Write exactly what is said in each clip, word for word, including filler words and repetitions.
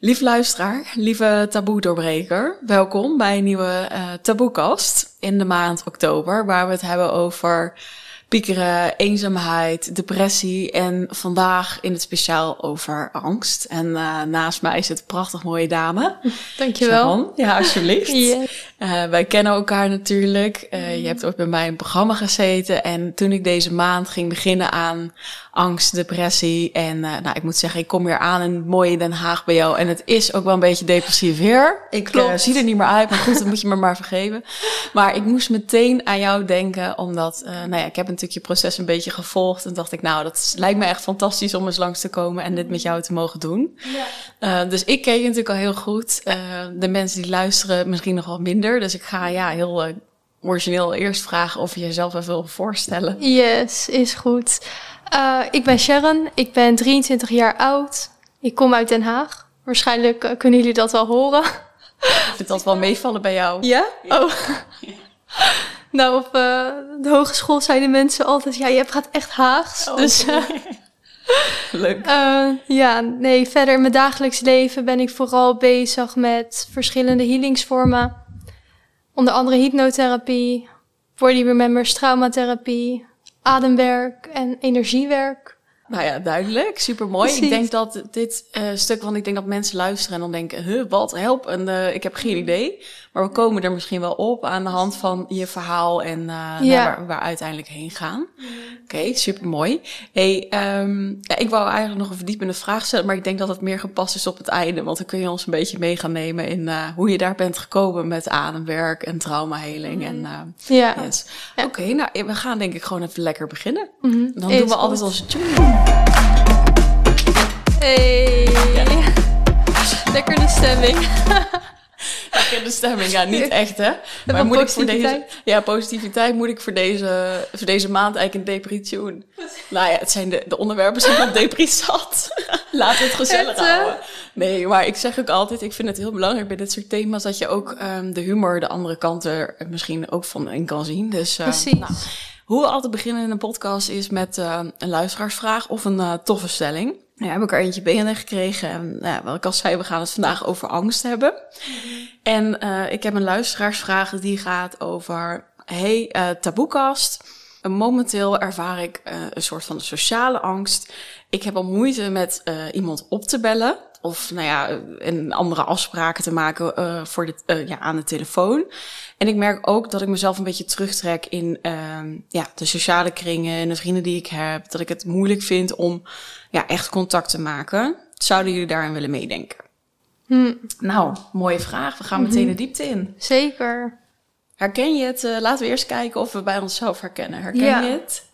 Lieve luisteraar, lieve taboe-doorbreker, welkom bij een nieuwe uh, taboekast in de maand oktober, waar we het hebben over piekeren, eenzaamheid, depressie en vandaag in het speciaal over angst. En uh, naast mij zit een prachtig mooie dame. Dankjewel. Sharon. Ja, alsjeblieft. Yes. Uh, wij kennen elkaar natuurlijk. Uh, je hebt ook bij mij in een programma gezeten. En toen ik deze maand ging beginnen aan angst, depressie. En uh, nou, ik moet zeggen, ik kom weer aan in het mooie Den Haag bij jou. En het is ook wel een beetje depressief weer. Ik uh, zie er niet meer uit, maar goed, dat moet je me maar vergeven. Maar ik moest meteen aan jou denken, omdat uh, nou ja, ik heb natuurlijk je proces een beetje gevolgd. En dacht ik, nou, dat lijkt me echt fantastisch om eens langs te komen en dit met jou te mogen doen. Ja. Uh, dus ik ken je natuurlijk al heel goed. Uh, de mensen die luisteren misschien nog wat minder. Dus ik ga ja heel uh, origineel eerst vragen of je jezelf even wil voorstellen. Yes, is goed. Uh, ik ben Sharon, ik ben drieëntwintig jaar oud. Ik kom uit Den Haag. Waarschijnlijk uh, kunnen jullie dat wel horen. Ik vind dat wel meevallen bij jou. Ja? Oh. Ja. Nou, op uh, de hogeschool zeiden mensen altijd, ja, je gaat echt Haags. Oh, dus, uh, leuk. Uh, ja, nee, verder in mijn dagelijks leven ben ik vooral bezig met verschillende healingsvormen. Onder andere hypnotherapie, body remembers, traumatherapie, ademwerk en energiewerk. Nou ja, duidelijk. Supermooi. Precies. Ik denk dat dit uh, stuk, want ik denk dat mensen luisteren en dan denken, huh, wat, help, en uh, ik heb geen idee. Maar we komen er misschien wel op aan de hand van je verhaal en uh, ja. nou, waar, waar we uiteindelijk heen gaan. Oké, okay, supermooi. Hey, um, ja, ik wou eigenlijk nog een verdiepende vraag stellen, maar ik denk dat het meer gepast is op het einde. Want dan kun je ons een beetje mee gaan nemen in uh, hoe je daar bent gekomen met ademwerk en traumaheling. Mm. En, uh, ja. Yes. Ja. Oké, okay, nou, we gaan denk ik gewoon even lekker beginnen. Mm-hmm. Dan Eet doen we goed. altijd onze tune. Hey. Ja. Lekker de stemming. Lekker de stemming, ja, niet echt hè. Maar, maar moet ik voor deze, ja, positiviteit moet ik voor deze, voor deze maand eigenlijk een depressie doen. Nou ja, het zijn de, de onderwerpen zijn van depressie zat. Laten we het gezellig het, houden. Nee, maar ik zeg ook altijd, ik vind het heel belangrijk bij dit soort thema's dat je ook um, de humor, de andere kant er misschien ook van in kan zien. Dus, uh, Precies. Nou, hoe we altijd beginnen in een podcast is met uh, een luisteraarsvraag of een uh, toffe stelling. Ja, heb ik er eentje binnen gekregen. En nou, wat ik al zei, we gaan het vandaag over angst hebben. Mm-hmm. En uh, ik heb een luisteraarsvraag die gaat over, hey, uh, taboekast. Uh, momenteel ervaar ik uh, een soort van sociale angst. Ik heb al moeite met uh, iemand op te bellen. Of nou ja, en andere afspraken te maken uh, voor de, uh, ja, aan de telefoon. En ik merk ook dat ik mezelf een beetje terugtrek in uh, ja, de sociale kringen en de vrienden die ik heb. Dat ik het moeilijk vind om ja, echt contact te maken. Zouden jullie daarin willen meedenken? Hm. Nou, mooie vraag. We gaan meteen mm-hmm. de diepte in. Zeker. Herken je het? Uh, laten we eerst kijken of we bij onszelf herkennen. Herken ja. je het?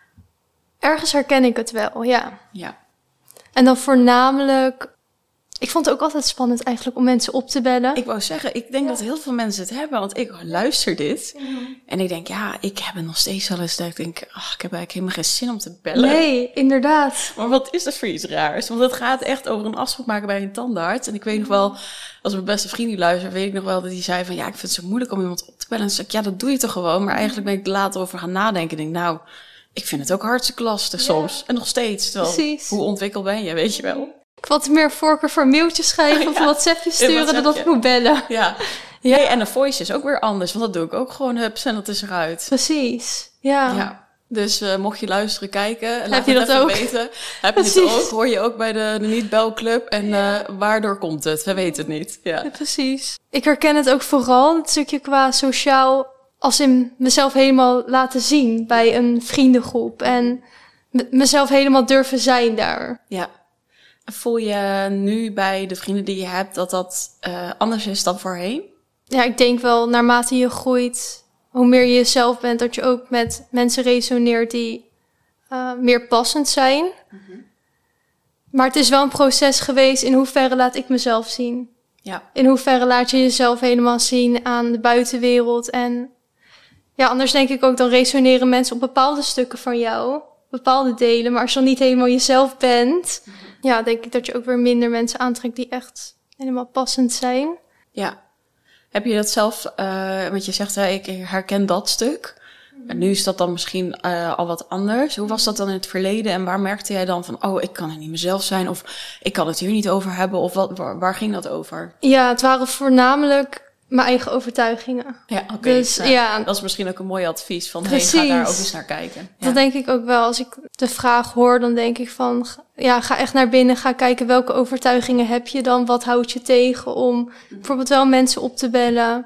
Ergens herken ik het wel, ja. Ja. En dan voornamelijk, ik vond het ook altijd spannend eigenlijk om mensen op te bellen. Ik wou zeggen, ik denk ja. dat heel veel mensen het hebben, want ik luister dit. Mm-hmm. En ik denk, ja, ik heb het nog steeds wel eens dat ik denk, ach, ik heb eigenlijk helemaal geen zin om te bellen. Nee, inderdaad. Maar wat is dat voor iets raars? Want het gaat echt over een afspraak maken bij een tandarts. En ik weet nog wel, als mijn beste vriend die luistert, weet ik nog wel dat hij zei van, ja, ik vind het zo moeilijk om iemand op te bellen. En dan zei ik, ja, dat doe je toch gewoon. Maar eigenlijk ben ik er later over gaan nadenken. En denk, nou, ik vind het ook hartstikke lastig soms. Ja. En nog steeds. Terwijl, precies. Hoe ontwikkeld ben je, weet je wel? Ik had meer voorkeur voor mailtjes schrijven of ja. een WhatsAppje sturen dan dat ik moet bellen. Ja. Ja. Hey, en een voice is ook weer anders, want dat doe ik ook gewoon, hups, en dat is eruit. Precies, ja. ja. Dus uh, mocht je luisteren, kijken, laat heb je het dat even ook? weten. Heb je precies. dit ook? Hoor je ook bij de, de niet-belclub? En uh, waardoor komt het? We weten het niet. Ja. Ja, precies. Ik herken het ook vooral, het stukje qua sociaal, als in mezelf helemaal laten zien bij een vriendengroep. En m- mezelf helemaal durven zijn daar. Ja. Voel je nu bij de vrienden die je hebt dat dat uh, anders is dan voorheen? Ja, ik denk wel, naarmate je groeit, hoe meer je jezelf bent, dat je ook met mensen resoneert die uh, meer passend zijn. Mm-hmm. Maar het is wel een proces geweest, in hoeverre laat ik mezelf zien? Ja. In hoeverre laat je jezelf helemaal zien aan de buitenwereld? En ja, anders denk ik ook, dan resoneren mensen op bepaalde stukken van jou, bepaalde delen. Maar als je dan niet helemaal jezelf bent, mm-hmm. ja, denk ik dat je ook weer minder mensen aantrekt die echt helemaal passend zijn. Ja. Heb je dat zelf, uh, want je zegt, hè, ik herken dat stuk. En nu is dat dan misschien uh, al wat anders. Hoe was dat dan in het verleden? En waar merkte jij dan van, oh, ik kan er niet mezelf zijn, of ik kan het hier niet over hebben, of wat, waar, waar ging dat over? Ja, het waren voornamelijk mijn eigen overtuigingen. Ja, oké. Okay. Dus, nou, ja. Dat is misschien ook een mooi advies van, hey, ga daar ook eens naar kijken. Ja. Dat denk ik ook wel. Als ik de vraag hoor, dan denk ik van, ja, ga echt naar binnen, ga kijken welke overtuigingen heb je dan, wat houdt je tegen om bijvoorbeeld wel mensen op te bellen.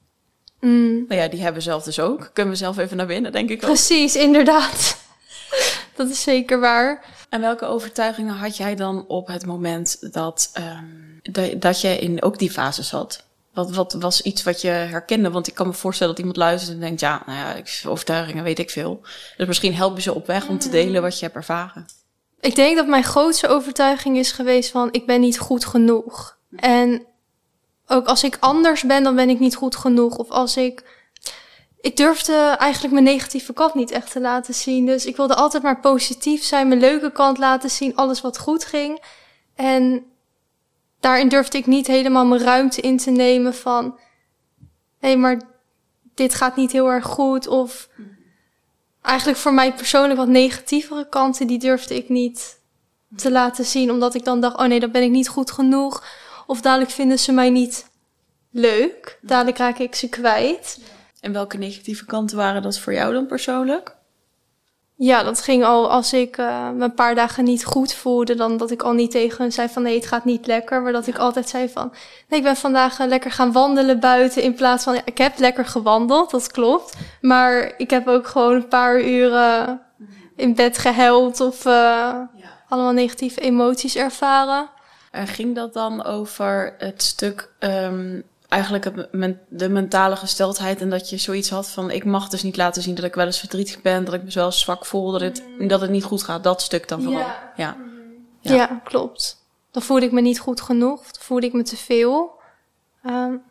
Mm. Nou ja, die hebben zelf dus ook. Kunnen we zelf even naar binnen, denk ik ook. Precies, inderdaad. Dat is zeker waar. En welke overtuigingen had jij dan op het moment dat, um, dat, dat je in ook die fase zat? Wat, wat was iets wat je herkende? Want ik kan me voorstellen dat iemand luistert en denkt, ja, nou ja, ik, overtuigingen weet ik veel. Dus misschien help je ze op weg om te delen wat je hebt ervaren. Ik denk dat mijn grootste overtuiging is geweest van, ik ben niet goed genoeg. En ook als ik anders ben, dan ben ik niet goed genoeg. Of als ik... Ik durfde eigenlijk mijn negatieve kant niet echt te laten zien. Dus ik wilde altijd maar positief zijn, mijn leuke kant laten zien, alles wat goed ging. En daarin durfde ik niet helemaal mijn ruimte in te nemen van, hé, hey, maar dit gaat niet heel erg goed. Of eigenlijk voor mij persoonlijk wat negatievere kanten, die durfde ik niet te laten zien. Omdat ik dan dacht, oh nee, dan ben ik niet goed genoeg. Of dadelijk vinden ze mij niet leuk. Dadelijk raak ik ze kwijt. En welke negatieve kanten waren dat voor jou dan persoonlijk? Ja, dat ging al als ik uh, me een paar dagen niet goed voelde. Dan dat ik al niet tegen hen zei van nee, het gaat niet lekker. Maar dat ik altijd zei van nee, ik ben vandaag uh, lekker gaan wandelen buiten. In plaats van, ja, ik heb lekker gewandeld, dat klopt. Maar ik heb ook gewoon een paar uren in bed gehuild. Of uh, ja. allemaal negatieve emoties ervaren. En ging dat dan over het stuk... Um... Eigenlijk het men, de mentale gesteldheid en dat je zoiets had van, ik mag dus niet laten zien dat ik wel eens verdrietig ben, dat ik me wel zwak voel, dat het, mm. dat het niet goed gaat. Dat stuk dan vooral. Ja. Ja. Ja. ja, klopt. Dan voelde ik me niet goed genoeg. Dan voelde ik me te veel. Um,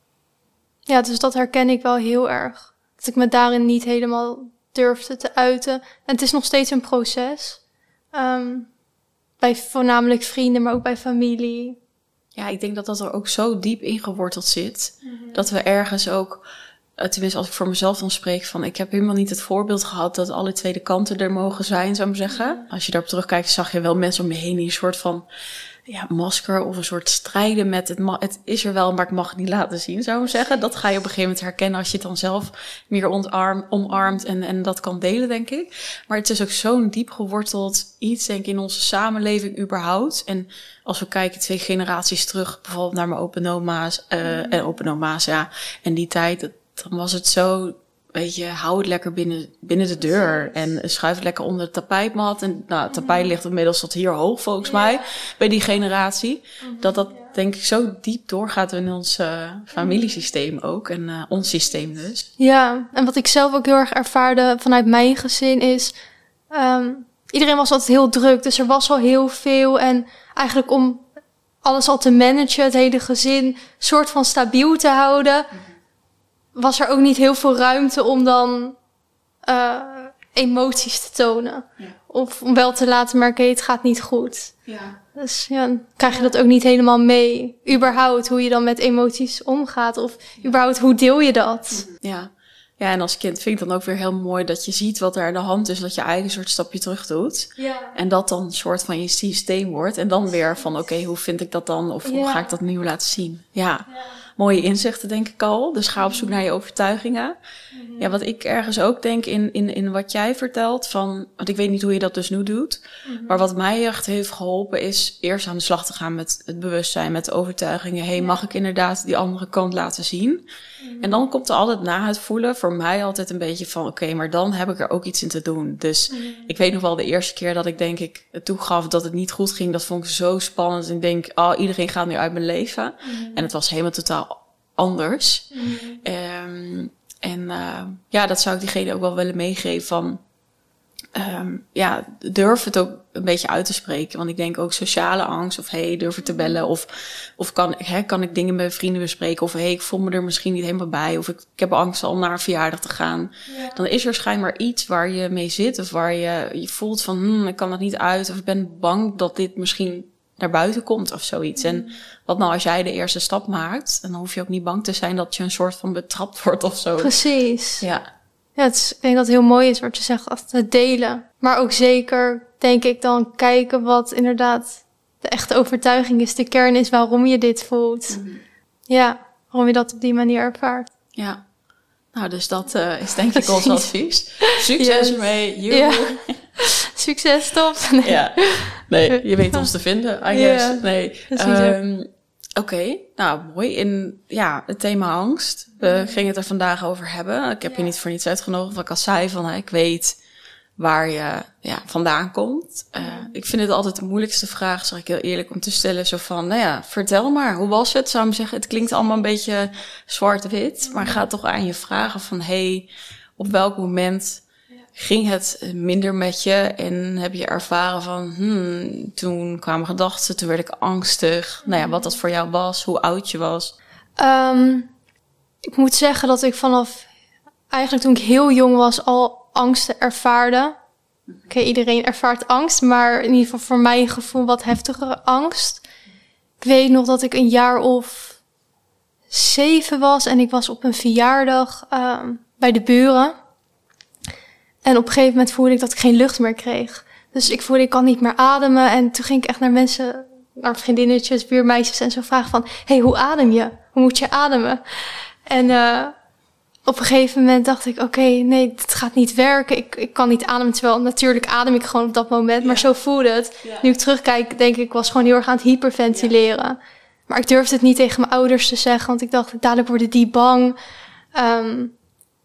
ja, dus dat herken ik wel heel erg. Dat ik me daarin niet helemaal durfde te uiten. En het is nog steeds een proces. Um, bij voornamelijk vrienden, maar ook bij familie. Ja, ik denk dat dat er ook zo diep ingeworteld zit. Mm-hmm. Dat we ergens ook, tenminste als ik voor mezelf dan spreek, van ik heb helemaal niet het voorbeeld gehad dat alle twee de kanten er mogen zijn, zou ik maar zeggen. Mm-hmm. Als je daarop terugkijkt, zag je wel mensen om je heen die een soort van ja, masker of een soort strijden met het, ma- het is er wel, maar ik mag het niet laten zien, zou ik maar zeggen. Dat ga je op een gegeven moment herkennen als je het dan zelf meer ontarm, omarmt en, en dat kan delen, denk ik. Maar het is ook zo'n diep geworteld iets, denk ik, in onze samenleving überhaupt. En als we kijken twee generaties terug, bijvoorbeeld naar mijn opa en oma's, uh, en opa en oma's, ja, en die tijd, dan was het zo, weet je, hou het lekker binnen, binnen de deur en schuif het lekker onder de tapijtmat. En nou, het tapijt ligt inmiddels tot hier hoog, volgens mij, ja. bij die generatie. Dat dat, denk ik, zo diep doorgaat in ons uh, familiesysteem ook en uh, ons systeem dus. Ja, en wat ik zelf ook heel erg ervaarde vanuit mijn gezin is, um, iedereen was altijd heel druk, dus er was al heel veel en eigenlijk om alles al te managen, het hele gezin soort van stabiel te houden, was er ook niet heel veel ruimte om dan uh, emoties te tonen. Ja. Of om wel te laten merken, hey, het gaat niet goed. Ja. Dus ja, dan krijg je dat ook niet helemaal mee. Überhaupt hoe je dan met emoties omgaat. Of überhaupt hoe deel je dat? Ja. Ja, en als kind vind ik dan ook weer heel mooi dat je ziet wat er aan de hand is. Dat je eigen soort stapje terug doet. Ja. En dat dan een soort van je systeem wordt. En dan weer van, oké, okay, hoe vind ik dat dan? Of hoe ja. ga ik dat nieuw laten zien? Ja. Ja. Mooie inzichten, denk ik al. Dus ga op zoek naar je overtuigingen. Mm-hmm. Ja, wat ik ergens ook denk in, in, in wat jij vertelt. Van, want ik weet niet hoe je dat dus nu doet. Mm-hmm. Maar wat mij echt heeft geholpen is eerst aan de slag te gaan met het bewustzijn. Met de overtuigingen. Hé, hey, mag ik inderdaad die andere kant laten zien? Mm-hmm. En dan komt er altijd na het voelen voor mij altijd een beetje van, oké, okay, maar dan heb ik er ook iets in te doen. Dus mm-hmm. ik weet nog wel de eerste keer dat ik denk ik toegaf dat het niet goed ging. Dat vond ik zo spannend. En ik denk, oh, iedereen gaat nu uit mijn leven. Mm-hmm. En het was helemaal totaal anders. Mm-hmm. Um, en uh, ja, dat zou ik diegene ook wel willen meegeven van, um, ja, durf het ook een beetje uit te spreken. Want ik denk ook sociale angst of hey, durf het te bellen of, of kan, hè, kan ik dingen met vrienden bespreken of hey, ik voel me er misschien niet helemaal bij of ik, ik heb angst om naar een verjaardag te gaan. Ja. Dan is er schijnbaar iets waar je mee zit of waar je, je voelt van, hmm, ik kan dat niet uit of ik ben bang dat dit misschien naar buiten komt of zoiets. Mm. En wat nou als jij de eerste stap maakt, dan hoef je ook niet bang te zijn dat je een soort van betrapt wordt of zo. Precies. Ja. ja, het is, ik denk dat het heel mooi is wat je zegt, als het delen. Maar ook zeker, denk ik, dan kijken wat inderdaad de echte overtuiging is. De kern is waarom je dit voelt. Mm-hmm. Ja, waarom je dat op die manier ervaart. Ja. Nou, dus dat uh, is denk ik ons advies. Succes yes. ermee. Ja. Succes, top. Nee. Ja. Nee, je weet ons te vinden, I guess. Ja, nee. Um, Oké, okay. Nou mooi. In ja, het thema angst. We gingen het er vandaag over hebben. Ik heb ja. je niet voor niets uitgenodigd. Wat ik al zei, van ik weet waar je ja, vandaan komt. Uh, ja. Ik vind het altijd de moeilijkste vraag, zeg ik heel eerlijk, om te stellen. Zo van, nou ja, vertel maar, hoe was het? Zou ik zeggen, het klinkt allemaal een beetje zwart-wit. Maar ga toch aan je vragen van, hey, op welk moment ging het minder met je? En heb je ervaren van, hmm, toen kwamen gedachten, toen werd ik angstig. Nou ja, wat dat voor jou was, hoe oud je was. Um, ik moet zeggen dat ik vanaf, eigenlijk toen ik heel jong was, al angsten ervaarde. Oké, okay, iedereen ervaart angst, maar in ieder geval voor mijn gevoel wat heftigere angst. Ik weet nog dat ik een jaar of zeven was en ik was op een verjaardag um, bij de buren. En op een gegeven moment voelde ik dat ik geen lucht meer kreeg. Dus ik voelde, ik kan niet meer ademen. En toen ging ik echt naar mensen, naar vriendinnetjes, buurmeisjes en zo vragen van, hey, hoe adem je? Hoe moet je ademen? En uh, op een gegeven moment dacht ik, oké, okay, nee, dit gaat niet werken. Ik, ik kan niet ademen, terwijl natuurlijk adem ik gewoon op dat moment. Ja. Maar zo voelde het. Ja. Nu ik terugkijk, denk ik, ik was gewoon heel erg aan het hyperventileren. Ja. Maar ik durfde het niet tegen mijn ouders te zeggen, want ik dacht, dadelijk worden die bang. Um,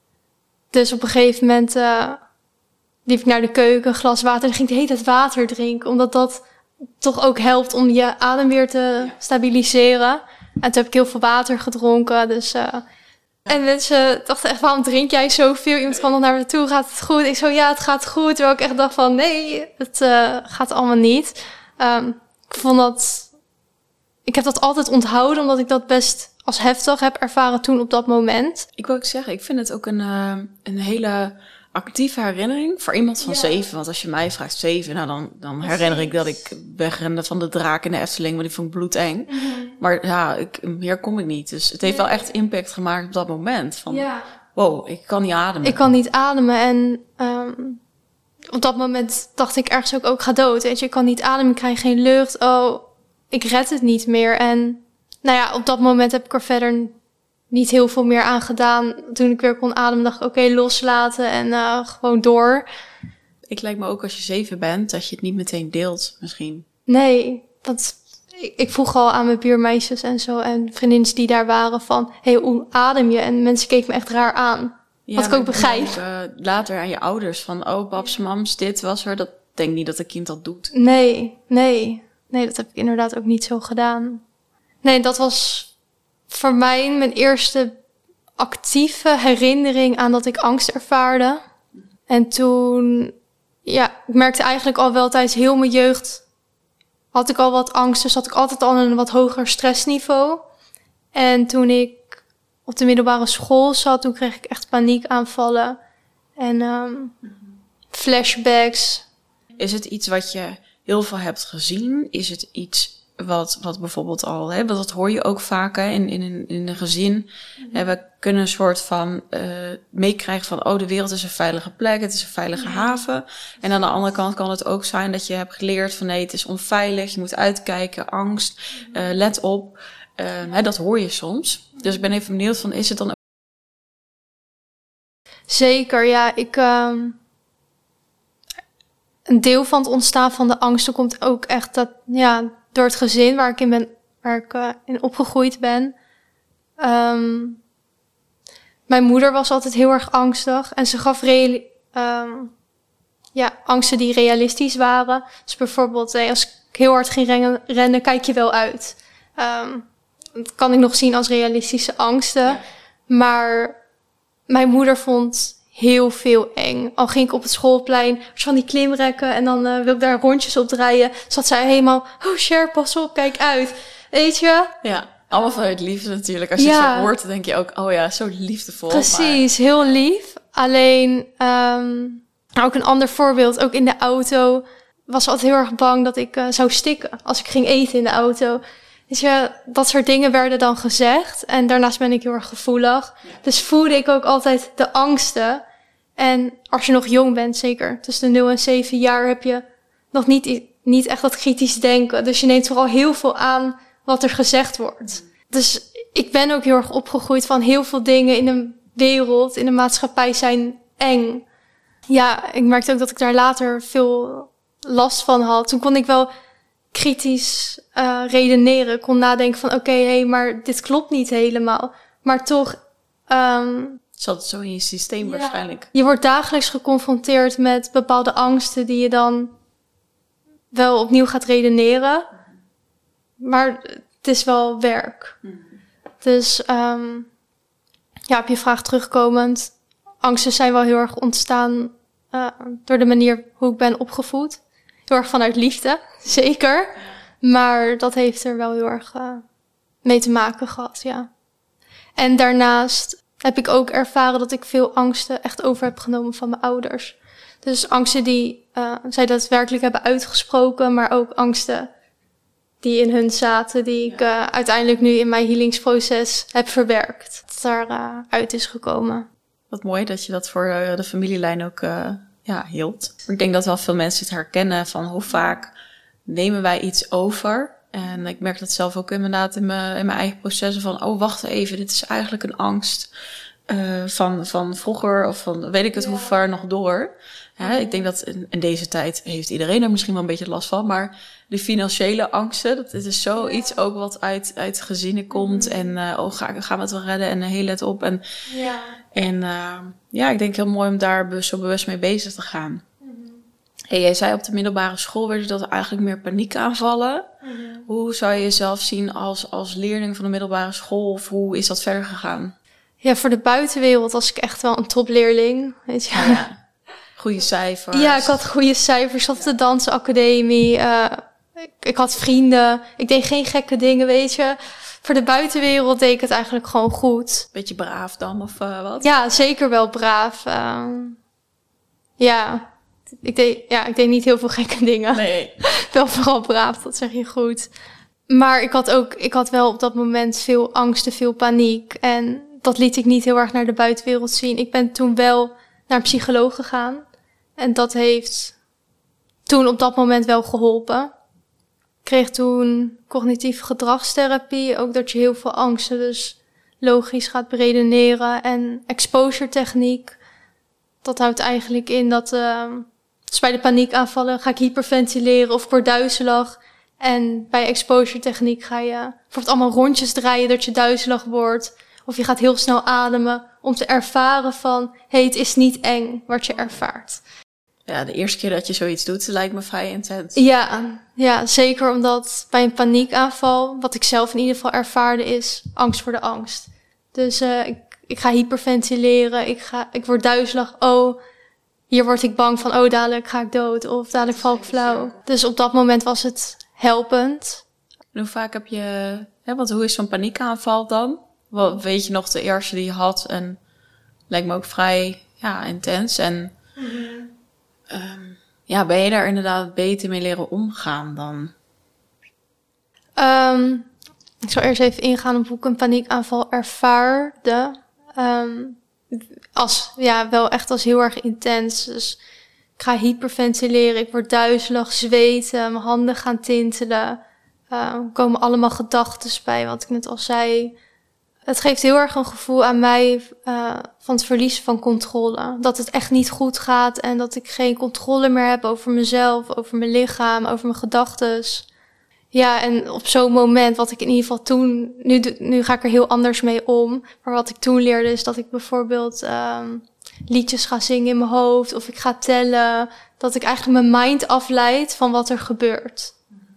dus op een gegeven moment uh, liep ik naar de keuken, een glas water, en ging ik de hele tijd water drinken. Omdat dat toch ook helpt om je adem weer te ja. stabiliseren. En toen heb ik heel veel water gedronken, dus... Uh, En mensen dachten echt, waarom drink jij zoveel? Iemand kwam nog naar me toe, gaat het goed? Ik zo, ja, het gaat goed. Terwijl ik echt dacht van, nee, het uh, gaat allemaal niet. Um, ik vond dat... Ik heb dat altijd onthouden, omdat ik dat best als heftig heb ervaren toen op dat moment. Ik wil ook zeggen, ik vind het ook een, uh, een hele actieve herinnering voor iemand van ja. zeven. Want als je mij vraagt zeven, nou dan, dan herinner ik dat ik wegrende van de draak in de Efteling, maar die vond ik bloedeng. Mm-hmm. Maar ja, ik, meer kom ik niet. Dus het heeft nee. wel echt impact gemaakt op dat moment. Van, ja. wow, ik kan niet ademen. Ik kan niet ademen en um, op dat moment dacht ik ergens ook, ook ik ga dood. Weet je, ik kan niet ademen, ik krijg geen lucht. Oh, ik red het niet meer. En nou ja, op dat moment heb ik er verder niet heel veel meer aan gedaan. Toen ik weer kon ademen, dacht ik, oké, okay, loslaten en uh, gewoon door. Ik lijkt me ook als je zeven bent, dat je het niet meteen deelt misschien. Nee, dat... Ik, ik vroeg al aan mijn buurmeisjes en zo en vriendinnen die daar waren van, hey, hoe adem je? En mensen keken me echt raar aan. Ja, wat ik ook begrijp. Ook, uh, later aan je ouders van, oh, paps, mams, dit was er. Dat denk niet dat een kind dat doet. Nee, nee. Nee, dat heb ik inderdaad ook niet zo gedaan. Nee, dat was voor mij mijn eerste actieve herinnering aan dat ik angst ervaarde. En toen, ja, ik merkte eigenlijk al wel tijdens heel mijn jeugd had ik al wat angst, dus had ik altijd al een wat hoger stressniveau. En toen ik op de middelbare school zat, toen kreeg ik echt paniekaanvallen en um, flashbacks. Is het iets wat je heel veel hebt gezien? Is het iets wat, wat bijvoorbeeld al, hè, want dat hoor je ook vaak hè, in, in, in een gezin. Mm-hmm. Hè, we kunnen een soort van uh, meekrijgen van, oh, de wereld is een veilige plek, het is een veilige mm-hmm. haven. En aan de andere kant kan het ook zijn dat je hebt geleerd van, nee, het is onveilig, je moet uitkijken, angst, uh, let op. Uh, hè, dat hoor je soms. Dus ik ben even benieuwd van, is het dan ook... Zeker, ja, ik... Um... Een deel van het ontstaan van de angsten komt ook echt dat, ja, door het gezin waar ik in ben, waar ik uh, in opgegroeid ben. Um, mijn moeder was altijd heel erg angstig en ze gaf reali- um, ja, angsten die realistisch waren. Dus bijvoorbeeld, hey, als ik heel hard ging rennen, rennen kijk je wel uit. Um, dat kan ik nog zien als realistische angsten. Ja. Maar mijn moeder vond heel veel eng. Al ging ik op het schoolplein, van die klimrekken en dan uh, wil ik daar rondjes op draaien. Zat zij helemaal, oh Cher, pas op, kijk uit. Weet je? Ja, allemaal vanuit liefde natuurlijk. Als je ja. het zo hoort, dan denk je ook, oh ja, zo liefdevol. Precies, maar... heel lief. Alleen, um, ook een ander voorbeeld, ook in de auto was ze altijd heel erg bang dat ik uh, zou stikken als ik ging eten in de auto. Dus ja, dat soort dingen werden dan gezegd. En daarnaast ben ik heel erg gevoelig. Ja. Dus voelde ik ook altijd de angsten. En als je nog jong bent, zeker tussen de nul en zeven jaar, heb je nog niet, niet echt dat kritisch denken. Dus je neemt vooral heel veel aan wat er gezegd wordt. Dus ik ben ook heel erg opgegroeid van heel veel dingen in de wereld, in de maatschappij zijn eng. Ja, ik merkte ook dat ik daar later veel last van had. Toen kon ik wel kritisch uh, redeneren. Ik kon nadenken van oké, okay, hé, hey, maar dit klopt niet helemaal. Maar toch... Um, Zat het zo in je systeem ja. waarschijnlijk. Je wordt dagelijks geconfronteerd met bepaalde angsten die je dan wel opnieuw gaat redeneren. Maar het is wel werk. Mm. Dus um, ja, op je vraag terugkomend. Angsten zijn wel heel erg ontstaan uh, door de manier hoe ik ben opgevoed. Heel erg vanuit liefde, zeker. Maar dat heeft er wel heel erg uh, mee te maken gehad, ja. En daarnaast heb ik ook ervaren dat ik veel angsten echt over heb genomen van mijn ouders. Dus angsten die uh, zij daadwerkelijk hebben uitgesproken, maar ook angsten die in hun zaten, die ik uh, uiteindelijk nu in mijn healingsproces heb verwerkt. Dat daar uh, uit is gekomen. Wat mooi dat je dat voor uh, de familielijn ook uh, ja, hield. Ik denk dat wel veel mensen het herkennen van hoe vaak nemen wij iets over. En ik merk dat zelf ook inderdaad in mijn, in mijn eigen processen van... oh, wacht even, dit is eigenlijk een angst uh, van, van vroeger of van weet ik het ja. hoe ver nog door. Ja, ik denk dat in, in deze tijd heeft iedereen er misschien wel een beetje last van. Maar de financiële angsten, dat is zoiets ook wat uit, uit gezinnen komt. Mm-hmm. En uh, oh, ga, gaan we het wel redden en heel let op. En, ja, en uh, ja, ik denk heel mooi om daar zo bewust mee bezig te gaan. Mm-hmm. Hey, jij zei op de middelbare school werden dat eigenlijk meer paniekaanvallen. Mm-hmm. Hoe zou je jezelf zien als, als leerling van de middelbare school? Of hoe is dat verder gegaan? Ja, voor de buitenwereld was ik echt wel een topleerling. Weet je. Ja. Goede cijfers. Ja, ik had goede cijfers. Ik zat op de dansacademie. Uh, ik, ik had vrienden. Ik deed geen gekke dingen, weet je. Voor de buitenwereld deed ik het eigenlijk gewoon goed. Beetje braaf dan, of uh, wat? Ja, zeker wel braaf. Uh, ja, ik deed, ja, ik deed niet heel veel gekke dingen. Nee. Wel vooral braaf, dat zeg je goed. Maar ik had ook, ik had wel op dat moment veel angsten, veel paniek. En dat liet ik niet heel erg naar de buitenwereld zien. Ik ben toen wel naar een psycholoog gegaan. En dat heeft toen op dat moment wel geholpen. Ik kreeg toen cognitieve gedragstherapie. Ook dat je heel veel angsten dus logisch gaat beredeneren. En exposure techniek. Dat houdt eigenlijk in dat... Uh, dus bij de paniekaanvallen ga ik hyperventileren of ik word duizelig. En bij exposure techniek ga je bijvoorbeeld allemaal rondjes draaien dat je duizelig wordt. Of je gaat heel snel ademen om te ervaren van... hé, hey, het is niet eng wat je ervaart. Ja, de eerste keer dat je zoiets doet, lijkt me vrij intens. Ja, ja, zeker omdat bij een paniekaanval... wat ik zelf in ieder geval ervaarde is angst voor de angst. Dus uh, ik, ik ga hyperventileren, ik, ga, ik word duizelig. Oh, hier word ik bang van, oh, dadelijk ga ik dood of dadelijk val ik flauw. Dus op dat moment was het helpend. En hoe vaak heb je... Hè, want hoe is zo'n paniekaanval dan? Wat weet je nog de eerste die je had? En lijkt me ook vrij ja, intens. En mm-hmm. um, ja, ben je daar inderdaad beter mee leren omgaan dan? Um, ik zal eerst even ingaan op hoe ik een paniekaanval ervaarde. Um, als, ja, wel echt als heel erg intens. Dus ik ga hyperventileren, ik word duizelig, zweten, mijn handen gaan tintelen. Uh, er komen allemaal gedachten bij, wat ik net al zei. Het geeft heel erg een gevoel aan mij uh, van het verliezen van controle. Dat het echt niet goed gaat en dat ik geen controle meer heb over mezelf, over mijn lichaam, over mijn gedachtes. Ja, en op zo'n moment, wat ik in ieder geval toen... Nu, nu ga ik er heel anders mee om. Maar wat ik toen leerde is dat ik bijvoorbeeld um, liedjes ga zingen in mijn hoofd. Of ik ga tellen. Dat ik eigenlijk mijn mind afleid van wat er gebeurt.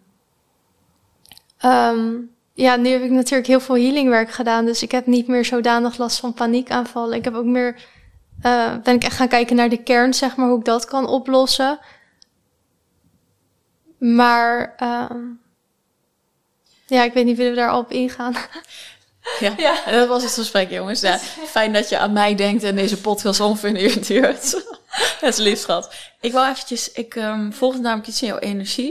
Um, ja, nu heb ik natuurlijk heel veel healingwerk gedaan. Dus ik heb niet meer zodanig last van paniekaanvallen. Ik heb ook meer... Uh, ben ik echt gaan kijken naar de kern, zeg maar, hoe ik dat kan oplossen. Maar... Um, Ja, ik weet niet, willen we daar al op ingaan? Ja, ja. Dat was het gesprek, jongens. Ja, fijn dat je aan mij denkt en deze podcast ongeveer een uur duurt. Dat is lief, schat. Ik wil eventjes, ik um, volg namelijk iets in jouw energie.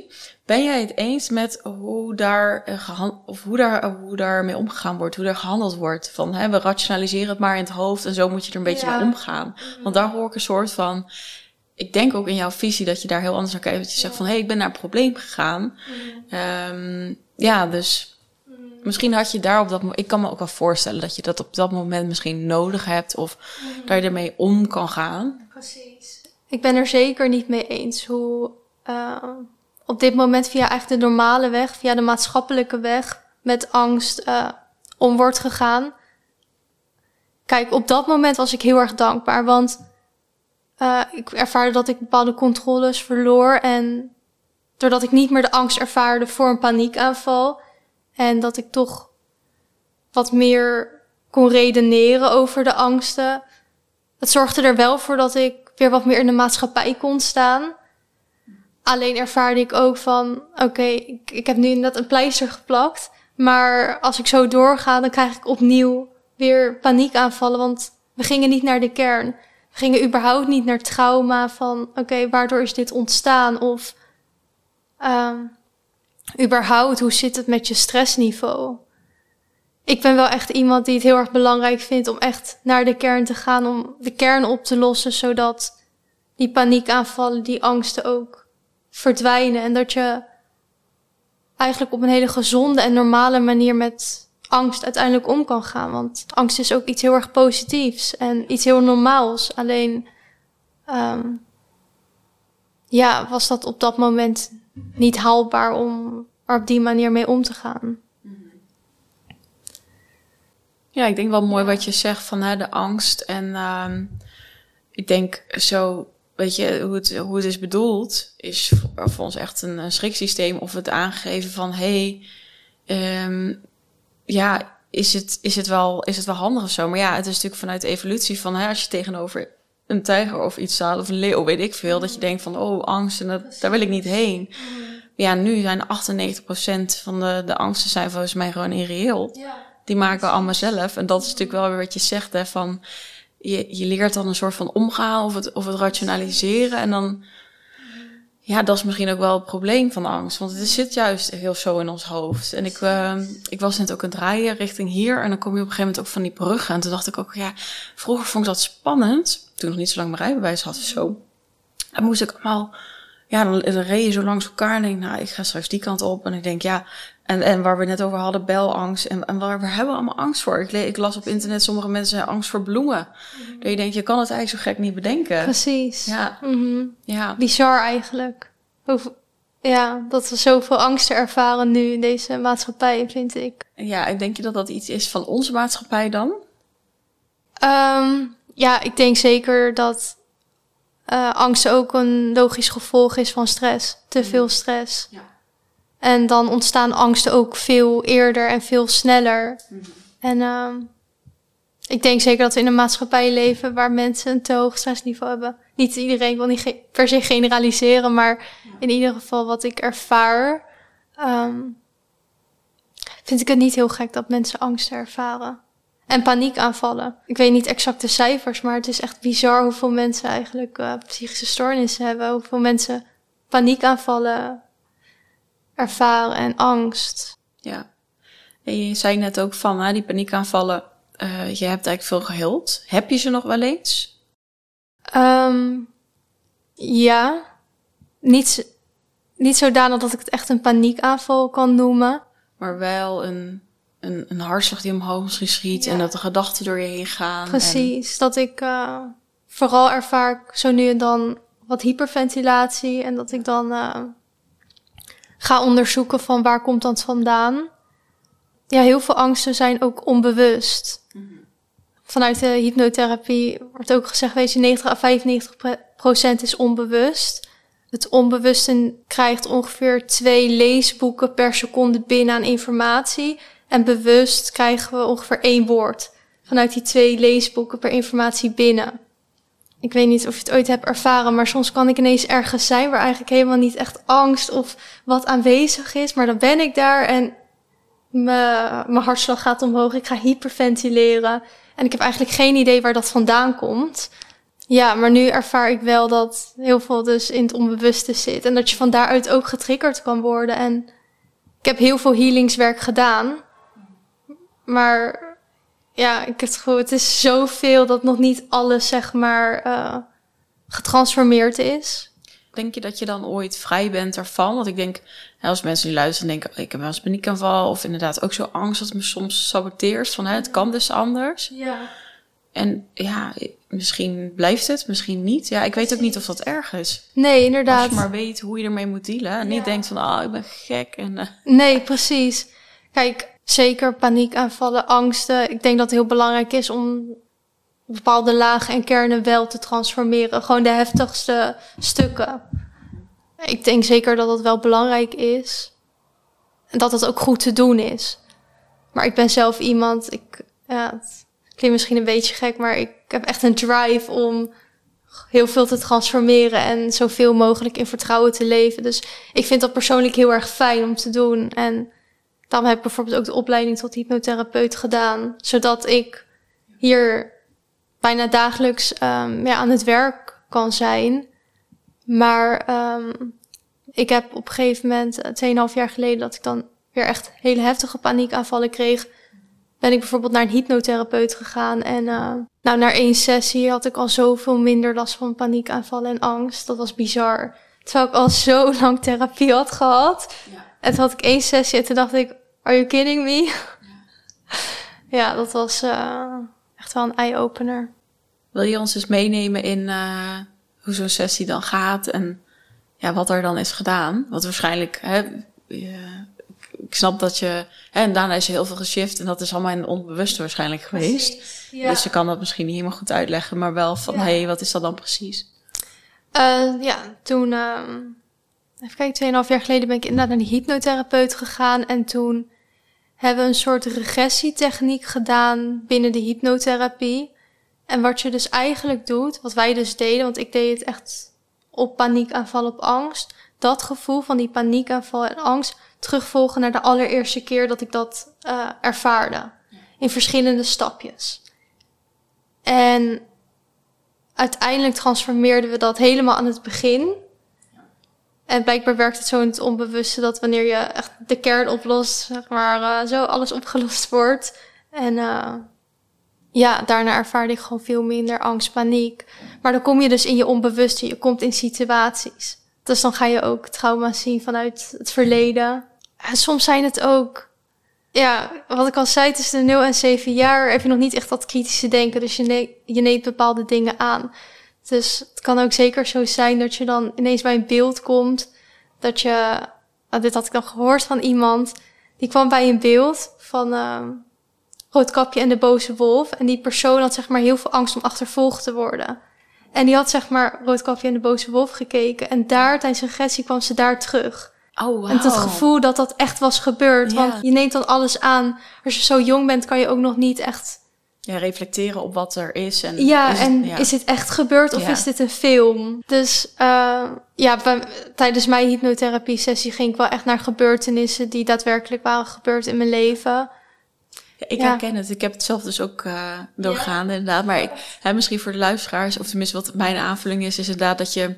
Ben jij het eens met hoe daar, uh, gehan- of hoe daar, uh, hoe daarmee omgegaan wordt, hoe daar gehandeld wordt? Van, hè, we rationaliseren het maar in het hoofd en zo moet je er een beetje Ja. mee omgaan. Want daar hoor ik een soort van, ik denk ook in jouw visie dat je daar heel anders naar kijkt. Dat je zegt van, hé, hey, ik ben naar een probleem gegaan. Mm. Um, ja, dus mm. misschien had je daar op dat moment, ik kan me ook wel voorstellen dat je dat op dat moment misschien nodig hebt of mm. dat je ermee om kan gaan. Precies. Ik ben er zeker niet mee eens hoe uh, op dit moment via eigenlijk de normale weg, via de maatschappelijke weg, met angst uh, om wordt gegaan. Kijk, op dat moment was ik heel erg dankbaar, want uh, ik ervaarde dat ik bepaalde controles verloor en doordat ik niet meer de angst ervaarde voor een paniekaanval en dat ik toch wat meer kon redeneren over de angsten, het zorgde er wel voor dat ik weer wat meer in de maatschappij kon staan. Alleen ervaarde ik ook van, oké, okay, ik, ik heb nu inderdaad een pleister geplakt, maar als ik zo doorga, dan krijg ik opnieuw weer paniekaanvallen, want we gingen niet naar de kern. We gingen überhaupt niet naar trauma van, oké, okay, waardoor is dit ontstaan? Of um, überhaupt, hoe zit het met je stressniveau? Ik ben wel echt iemand die het heel erg belangrijk vindt om echt naar de kern te gaan, om de kern op te lossen, zodat die paniekaanvallen, die angsten ook verdwijnen. En dat je eigenlijk op een hele gezonde en normale manier met angst uiteindelijk om kan gaan. Want angst is ook iets heel erg positiefs en iets heel normaals. Alleen, um, ja, was dat op dat moment niet haalbaar om er op die manier mee om te gaan. Ja, ik denk wel mooi wat je zegt van hè, de angst. En um, ik denk zo, weet je, hoe het, hoe het is bedoeld, is voor, voor ons echt een, een schriksysteem. Of het aangeven van, hé, hey, um, ja, is het, is, het wel, is het wel handig of zo? Maar ja, het is natuurlijk vanuit de evolutie van, hè, als je tegenover een tijger of iets staat, of een leeuw, weet ik veel, dat je denkt van, oh, angst, en dat, daar wil ik niet heen. Ja, nu zijn achtennegentig procent van de, de angsten zijn volgens mij gewoon irreëel. Ja. Die maken we allemaal zelf. En dat is natuurlijk wel weer wat je zegt, hè, van je, je leert dan een soort van omgaan of het, of het rationaliseren. En dan, ja, dat is misschien ook wel het probleem van angst. Want het zit juist heel zo in ons hoofd. En ik, uh, ik was net ook aan het rijden richting hier. En dan kom je op een gegeven moment ook van die bruggen. En toen dacht ik ook, ja, vroeger vond ik dat spannend. Toen nog niet zo lang mijn rijbewijs had of zo. Dan moest ik allemaal, ja, dan, dan reed je zo langs elkaar. En denk, nou, ik ga straks die kant op. En ik denk, ja, En, en waar we net over hadden, belangst. En, en waar, waar hebben we allemaal angst voor? Ik, le- ik las op internet, sommige mensen hebben angst voor bloemen. Mm-hmm. Dat je denkt, je kan het eigenlijk zo gek niet bedenken. Precies. Ja. Mm-hmm. Ja. Bizar eigenlijk. Hoeveel, ja, dat we zoveel angsten ervaren nu in deze maatschappij, vind ik. Ja, en denk je dat dat iets is van onze maatschappij dan? Um, ja, ik denk zeker dat uh, angst ook een logisch gevolg is van stress. Te mm. veel stress. Ja. En dan ontstaan angsten ook veel eerder en veel sneller. Mm-hmm. En uh, ik denk zeker dat we in een maatschappij leven waar mensen een te hoog stressniveau hebben. Niet iedereen, ik wil niet ge- per se generaliseren, maar ja. In ieder geval wat ik ervaar, um, vind ik het niet heel gek dat mensen angsten ervaren. En paniekaanvallen. Ik weet niet exact de cijfers, maar het is echt bizar hoeveel mensen eigenlijk uh, psychische stoornissen hebben. Hoeveel mensen paniekaanvallen ervaren en angst. Ja. En je zei net ook van, hè, die paniekaanvallen, uh, je hebt eigenlijk veel geheeld. Heb je ze nog wel eens? Um, ja. Niet, niet zodanig dat ik het echt een paniekaanval kan noemen. Maar wel een, een, een hartslag die omhoog misschien schiet, ja. En dat de gedachten door je heen gaan. Precies. En dat ik uh, vooral ervaar zo nu en dan wat hyperventilatie. En dat ik dan uh, ga onderzoeken van waar komt dat vandaan. Ja, heel veel angsten zijn ook onbewust. Mm-hmm. Vanuit de hypnotherapie wordt ook gezegd, weet je, negentig à vijfennegentig procent is onbewust. Het onbewuste krijgt ongeveer twee leesboeken per seconde binnen aan informatie. En bewust krijgen we ongeveer één woord vanuit die twee leesboeken per informatie binnen. Ik weet niet of je het ooit hebt ervaren, maar soms kan ik ineens ergens zijn waar eigenlijk helemaal niet echt angst of wat aanwezig is. Maar dan ben ik daar en mijn hartslag gaat omhoog, ik ga hyperventileren. En ik heb eigenlijk geen idee waar dat vandaan komt. Ja, maar nu ervaar ik wel dat heel veel dus in het onbewuste zit. En dat je van daaruit ook getriggerd kan worden. En ik heb heel veel healingswerk gedaan. Maar ja, ik heb het gevoel, het is zoveel dat nog niet alles, zeg maar, uh, getransformeerd is. Denk je dat je dan ooit vrij bent ervan? Want ik denk, als mensen die luisteren denken, oh, ik heb wel eens paniekaanval. Of inderdaad ook zo angst dat het me soms saboteert. Van, hè, het kan dus anders. Ja. En ja, misschien blijft het, misschien niet. Ja, ik weet ook niet of dat erg is. Nee, inderdaad. Als je maar weet hoe je ermee moet dealen. En ja. niet denkt van, oh, ik ben gek. En, uh... Nee, precies. Kijk, zeker paniekaanvallen, angsten. Ik denk dat het heel belangrijk is om bepaalde lagen en kernen wel te transformeren. Gewoon de heftigste stukken. Ik denk zeker dat dat wel belangrijk is. En dat het ook goed te doen is. Maar ik ben zelf iemand, ik, ja, het klinkt misschien een beetje gek, maar ik heb echt een drive om heel veel te transformeren en zoveel mogelijk in vertrouwen te leven. Dus ik vind dat persoonlijk heel erg fijn om te doen. En daarom heb ik bijvoorbeeld ook de opleiding tot hypnotherapeut gedaan, zodat ik hier bijna dagelijks um, ja, aan het werk kan zijn. Maar um, ik heb op een gegeven moment, tweeënhalf jaar geleden, dat ik dan weer echt hele heftige paniekaanvallen kreeg, ben ik bijvoorbeeld naar een hypnotherapeut gegaan. En uh, nou, na één sessie had ik al zoveel minder last van paniekaanvallen en angst. Dat was bizar. Terwijl ik al zo lang therapie had gehad. Ja. En toen had ik één sessie en toen dacht ik, are you kidding me? Ja, ja dat was uh, echt wel een eye-opener. Wil je ons eens meenemen in uh, hoe zo'n sessie dan gaat en ja, wat er dan is gedaan? Want waarschijnlijk, hè, je, ik snap dat je, hè, en daarna is er heel veel geshift en dat is allemaal in het onbewuste waarschijnlijk geweest. Ja. Dus je kan dat misschien niet helemaal goed uitleggen, maar wel van, hé, ja. hey, wat is dat dan precies? Uh, ja, toen, uh, even kijken, tweeënhalf jaar geleden ben ik inderdaad naar de hypnotherapeut gegaan. En toen hebben we een soort regressietechniek gedaan binnen de hypnotherapie. En wat je dus eigenlijk doet, wat wij dus deden, want ik deed het echt op paniekaanval, op angst. Dat gevoel van die paniekaanval en angst terugvolgen naar de allereerste keer dat ik dat uh, ervaarde. In verschillende stapjes. En uiteindelijk transformeerden we dat helemaal aan het begin. En blijkbaar werkt het zo in het onbewuste dat wanneer je echt de kern oplost, zeg maar, uh, zo alles opgelost wordt. En uh, ja, daarna ervaarde ik gewoon veel minder angst, paniek. Maar dan kom je dus in je onbewuste, je komt in situaties. Dus dan ga je ook trauma's zien vanuit het verleden. En soms zijn het ook, ja, wat ik al zei, tussen de nul en zeven jaar heb je nog niet echt dat kritische denken. Dus je, ne- je neemt bepaalde dingen aan. Dus het kan ook zeker zo zijn dat je dan ineens bij een beeld komt. Dat je, nou, dit had ik dan gehoord van iemand. Die kwam bij een beeld van uh, Roodkapje en de boze wolf. En die persoon had zeg maar heel veel angst om achtervolgd te worden. En die had zeg maar Roodkapje en de boze wolf gekeken. En daar, tijdens een regressie, kwam ze daar terug. Oh, wow. En het gevoel dat dat echt was gebeurd. Ja. Want je neemt dan alles aan. Als je zo jong bent, kan je ook nog niet echt, ja, reflecteren op wat er is. En ja, is en het, ja. is dit echt gebeurd of ja. is dit een film? Dus uh, ja, bij, tijdens mijn hypnotherapie-sessie ging ik wel echt naar gebeurtenissen die daadwerkelijk waren gebeurd in mijn leven. Ja, ik ja. herken het. Ik heb het zelf dus ook uh, doorgaande, ja. inderdaad. Maar ik, hè, misschien voor de luisteraars, of tenminste wat mijn aanvulling is, is inderdaad dat je,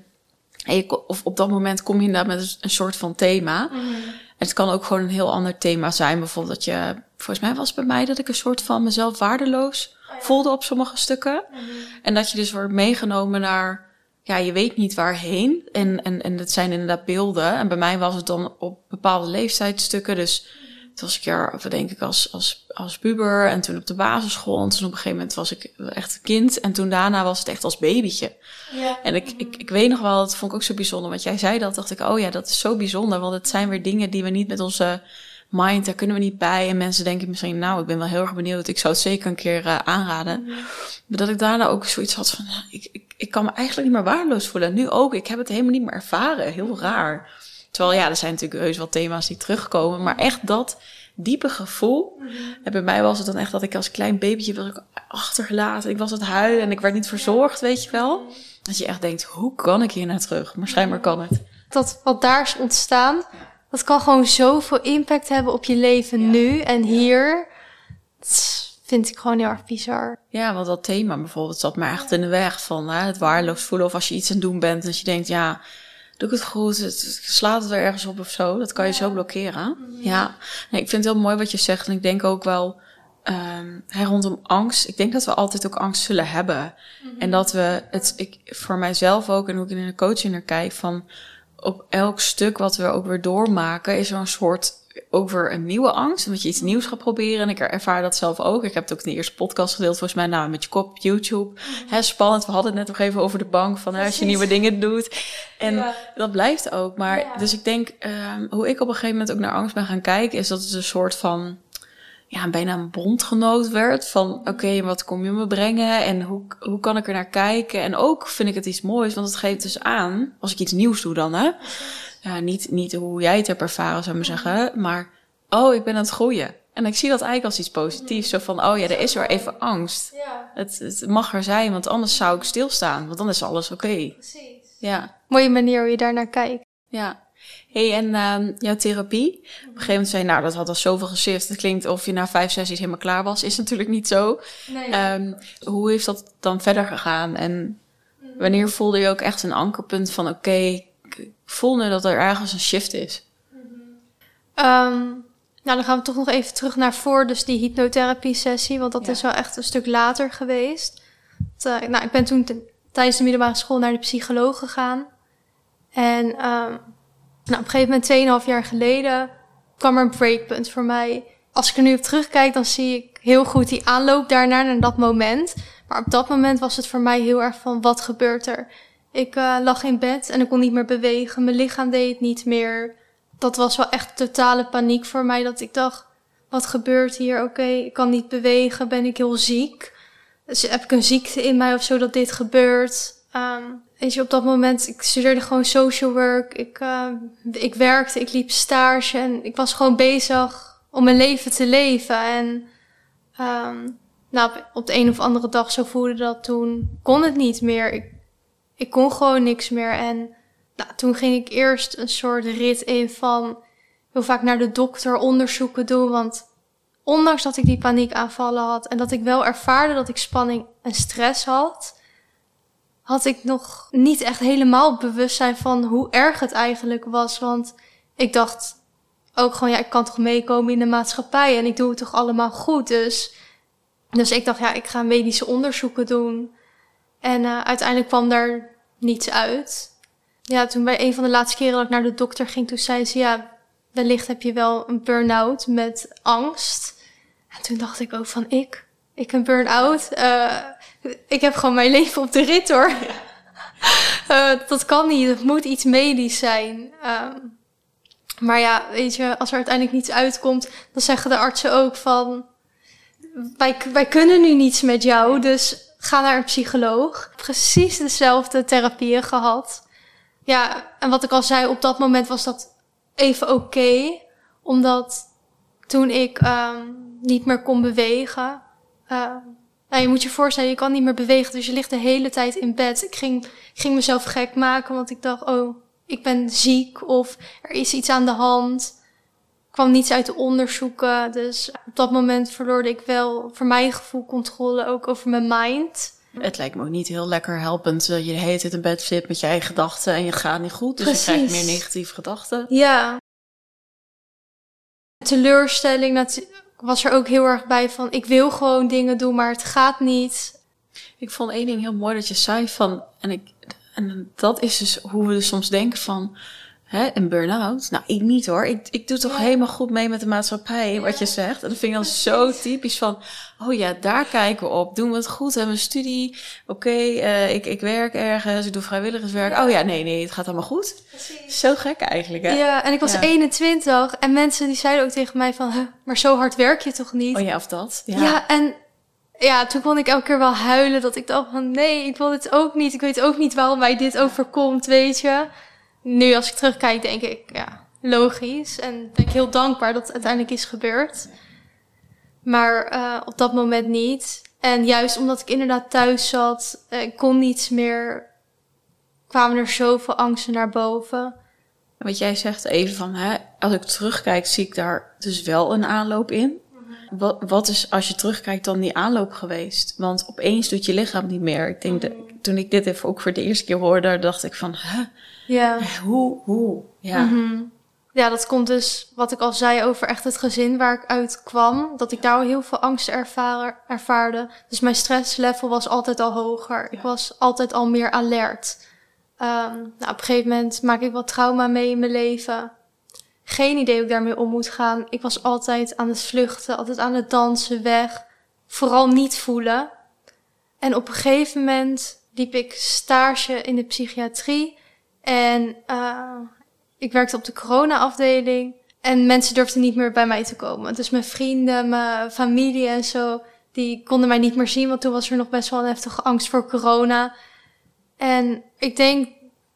je of op dat moment kom je inderdaad met een soort van thema. Mm-hmm. En het kan ook gewoon een heel ander thema zijn. Bijvoorbeeld dat je, volgens mij was het bij mij dat ik een soort van mezelf waardeloos voelde op sommige stukken. Mm-hmm. En dat je dus wordt meegenomen naar, ja, je weet niet waarheen. En, en, en dat zijn inderdaad beelden. En bij mij was het dan op bepaalde leeftijdsstukken. Dus toen was ik jaar, of denk ik, als, als, als puber. En toen op de basisschool. En toen op een gegeven moment was ik echt een kind. En toen daarna was het echt als babytje. Ja. En ik, ik, ik weet nog wel, dat vond ik ook zo bijzonder. Want jij zei dat, dacht ik, oh ja, dat is zo bijzonder. Want het zijn weer dingen die we niet met onze mind, daar kunnen we niet bij. En mensen denken misschien, nou, ik ben wel heel erg benieuwd. Ik zou het zeker een keer uh, aanraden. Mm-hmm. Maar dat ik daarna ook zoiets had van, ik, ik, ik kan me eigenlijk niet meer waardeloos voelen. En nu ook, ik heb het helemaal niet meer ervaren. Heel raar. Terwijl ja, er zijn natuurlijk heus wel thema's die terugkomen. Maar echt dat diepe gevoel. Mm-hmm. En bij mij was het dan echt dat ik als klein babytje was ik achtergelaten. Ik was het huilen en ik werd niet verzorgd, weet je wel. Dat je echt denkt, hoe kan ik hier naar terug? Maar schijnbaar kan het. Dat wat daar is ontstaan, dat kan gewoon zoveel impact hebben op je leven, ja. nu en hier. Het is vind ik gewoon heel erg bizar. Ja, want dat thema bijvoorbeeld zat me echt in de weg van hè, het waardeloos voelen. Of als je iets aan het doen bent en dat je denkt, ja, doe ik het goed? Het, het slaat het er ergens op of zo? Dat kan je zo blokkeren. Mm-hmm. Ja, nee, ik vind het heel mooi wat je zegt. En ik denk ook wel, um, hè, rondom angst. Ik denk dat we altijd ook angst zullen hebben. Mm-hmm. En dat we het, ik, voor mijzelf ook, en hoe ik in de coaching naar kijk, van op elk stuk wat we ook weer doormaken, is er een soort ook weer een nieuwe angst. Omdat je iets nieuws gaat proberen. En ik ervaar dat zelf ook. Ik heb het ook in de eerste podcast gedeeld. Volgens mij nou met je kop op YouTube. Mm-hmm. Hè, spannend. We hadden het net nog even over de bank. Van hè, als je nieuwe dingen doet. En ja. dat blijft ook. Maar ja. dus ik denk, um, hoe ik op een gegeven moment ook naar angst ben gaan kijken, is dat het een soort van, ja, bijna een bondgenoot werd. Van oké, okay, wat kom je me brengen? En hoe, hoe kan ik er naar kijken? En ook vind ik het iets moois. Want het geeft dus aan, als ik iets nieuws doe dan, hè. Ja, niet, niet hoe jij het hebt ervaren, zou ik maar zeggen. Maar, oh, ik ben aan het groeien. En ik zie dat eigenlijk als iets positiefs. Zo van, oh ja, er is weer even angst. Ja. Het, het mag er zijn, want anders zou ik stilstaan. Want dan is alles oké. Okay. Precies. Ja. Mooie manier hoe je daar naar kijkt. Ja. Hey, en uh, jouw therapie? Op een gegeven moment zei je, nou, dat had al zoveel geshift. Het klinkt of je na vijf sessies helemaal klaar was. Is natuurlijk niet zo. Nee. Um, hoe is dat dan verder gegaan? En wanneer voelde je ook echt een ankerpunt van, oké, okay, ik voel nu dat er ergens een shift is? Um, nou, dan gaan we toch nog even terug naar voor, dus die hypnotherapie-sessie. Want dat ja. is wel echt een stuk later geweest. Dat, uh, nou, ik ben toen t- tijdens de middelbare school naar de psycholoog gegaan. En um, nou, op een gegeven moment, tweeënhalf jaar geleden, kwam er een breakpunt voor mij. Als ik er nu op terugkijk, dan zie ik heel goed die aanloop daarnaar, naar dat moment. Maar op dat moment was het voor mij heel erg van, wat gebeurt er? Ik uh, lag in bed en ik kon niet meer bewegen. Mijn lichaam deed het niet meer. Dat was wel echt totale paniek voor mij. Dat ik dacht, wat gebeurt hier? Oké, okay, ik kan niet bewegen. Ben ik heel ziek? Dus heb ik een ziekte in mij of zo dat dit gebeurt? Um, weet je, op dat moment, ik studeerde gewoon social work. Ik, uh, ik werkte, ik liep stage. En ik was gewoon bezig om mijn leven te leven. En um, nou, op, op de een of andere dag, zo voelde dat toen, kon het niet meer. Ik, ik kon gewoon niks meer. En nou, toen ging ik eerst een soort rit in van heel vaak naar de dokter onderzoeken doen. Want ondanks dat ik die paniekaanvallen had en dat ik wel ervaarde dat ik spanning en stress had, had ik nog niet echt helemaal bewustzijn van hoe erg het eigenlijk was. Want ik dacht ook gewoon, ja, ik kan toch meekomen in de maatschappij en ik doe het toch allemaal goed. Dus, dus ik dacht, ja, ik ga medische onderzoeken doen. En uh, uiteindelijk kwam daar niets uit. Ja, toen bij een van de laatste keren dat ik naar de dokter ging, toen zei ze, ja, wellicht heb je wel een burn-out met angst. En toen dacht ik ook van, ik? Ik een burn-out? Uh, ik heb gewoon mijn leven op de rit, hoor. Ja. uh, dat kan niet, het moet iets medisch zijn. Um, maar ja, weet je, als er uiteindelijk niets uitkomt, dan zeggen de artsen ook van, wij, wij kunnen nu niets met jou, dus ga naar een psycholoog. Precies dezelfde therapieën gehad. Ja, en wat ik al zei, op dat moment was dat even oké. Okay, omdat toen ik um, niet meer kon bewegen. Uh, nou, je moet je voorstellen, je kan niet meer bewegen. Dus je ligt de hele tijd in bed. Ik ging, ik ging mezelf gek maken, want ik dacht, oh, ik ben ziek. Of er is iets aan de hand. Er kwam niets uit de onderzoeken. Dus op dat moment verloor ik wel, voor mijn gevoel, controle ook over mijn mind. Het lijkt me ook niet heel lekker helpend dat je de hele tijd in bed zit met je eigen gedachten en je gaat niet goed. Dus Precies. Je krijgt meer negatieve gedachten. Ja. Teleurstelling dat was er ook heel erg bij van, ik wil gewoon dingen doen, maar het gaat niet. Ik vond één ding heel mooi dat je zei van, en, ik, en dat is dus hoe we dus soms denken van, hè, een burn-out. Nou, ik niet hoor. Ik, ik doe toch ja. helemaal goed mee met de maatschappij, ja. wat je zegt. En dat vind ik dan zo typisch van, oh ja, daar kijken we op. Doen we het goed? Hebben we een studie? Oké, okay, uh, ik, ik werk ergens, ik doe vrijwilligerswerk. Ja. Oh ja, nee, nee, het gaat allemaal goed. Precies. Zo gek eigenlijk, hè? Ja, en ik was ja. eenentwintig en mensen die zeiden ook tegen mij van, huh, maar zo hard werk je toch niet? Oh ja, of dat? Ja, ja en ja, toen kon ik elke keer wel huilen dat ik dacht van, nee, ik wil dit ook niet. Ik weet ook niet waarom mij dit overkomt, weet je. Nu, als ik terugkijk, denk ik, ja, logisch. En ben ik heel dankbaar dat het uiteindelijk is gebeurd. Maar uh, op dat moment niet. En juist omdat ik inderdaad thuis zat, uh, ik kon niets meer, kwamen er zoveel angsten naar boven. Wat jij zegt even van, hè, als ik terugkijk, zie ik daar dus wel een aanloop in. Mm-hmm. Wat, wat is, als je terugkijkt, dan die aanloop geweest? Want opeens doet je lichaam niet meer. Ik denk, dat, toen ik dit even ook voor de eerste keer hoorde, dacht ik van, huh? Ja. Hoe, hoe? Ja. Mm-hmm. Ja, dat komt dus, wat ik al zei, over echt het gezin waar ik uit kwam. Dat ik daar al heel veel angst ervaren, ervaarde. Dus mijn stresslevel was altijd al hoger. Ik was altijd al meer alert. Um, nou, op een gegeven moment maak ik wat trauma mee in mijn leven. Geen idee hoe ik daarmee om moet gaan. Ik was altijd aan het vluchten, altijd aan het dansen, weg. Vooral niet voelen. En op een gegeven moment liep ik stage in de psychiatrie. En uh, ik werkte op de corona-afdeling. En mensen durfden niet meer bij mij te komen. Dus mijn vrienden, mijn familie en zo, die konden mij niet meer zien. Want toen was er nog best wel een heftige angst voor corona. En ik denk,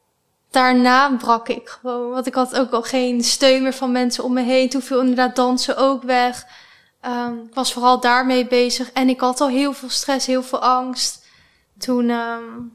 daarna brak ik gewoon. Want ik had ook al geen steun meer van mensen om me heen. Toen viel inderdaad dansen ook weg. Um, ik was vooral daarmee bezig. En ik had al heel veel stress, heel veel angst. Toen, um,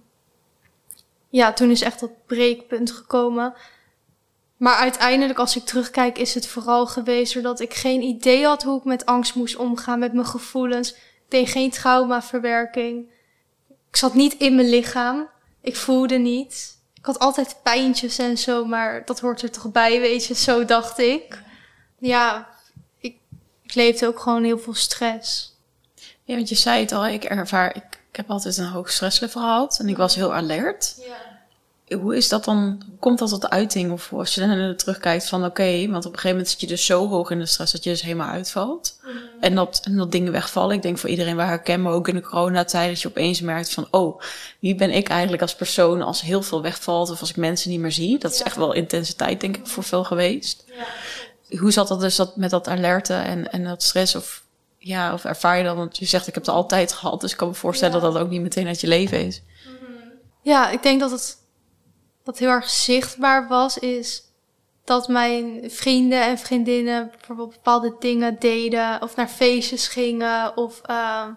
ja, toen is echt dat breekpunt gekomen. Maar uiteindelijk, als ik terugkijk, is het vooral geweest doordat ik geen idee had hoe ik met angst moest omgaan, met mijn gevoelens. Ik deed geen traumaverwerking. Ik zat niet in mijn lichaam. Ik voelde niet. Ik had altijd pijntjes en zo, maar dat hoort er toch bij, weet je. Zo dacht ik. Ja, ik, ik leefde ook gewoon heel veel stress. Ja, want je zei het al, ik ervaar, ik, ik heb altijd een hoog stresslevel gehad en ik was heel alert. Ja. Hoe is dat dan, hoe komt dat tot uiting? Of als je dan er terugkijkt van oké, okay, want op een gegeven moment zit je dus zo hoog in de stress dat je dus helemaal uitvalt. Mm-hmm. En, dat, en dat dingen wegvallen. Ik denk voor iedereen waar herkennen, maar ook in de coronatijd, dat je opeens merkt van oh, wie ben ik eigenlijk als persoon als heel veel wegvalt of als ik mensen niet meer zie. Dat is ja. echt wel intensiteit denk ik voor veel geweest. Ja. Hoe zat dat dus dat, met dat alerten en, en dat stress of ja, of ervaar je dat? Want je zegt ik heb het altijd gehad, dus ik kan me voorstellen ja. dat dat ook niet meteen uit je leven is. Mm-hmm. Ja, ik denk dat het wat heel erg zichtbaar was, is dat mijn vrienden en vriendinnen bijvoorbeeld bepaalde dingen deden, of naar feestjes gingen, of uh,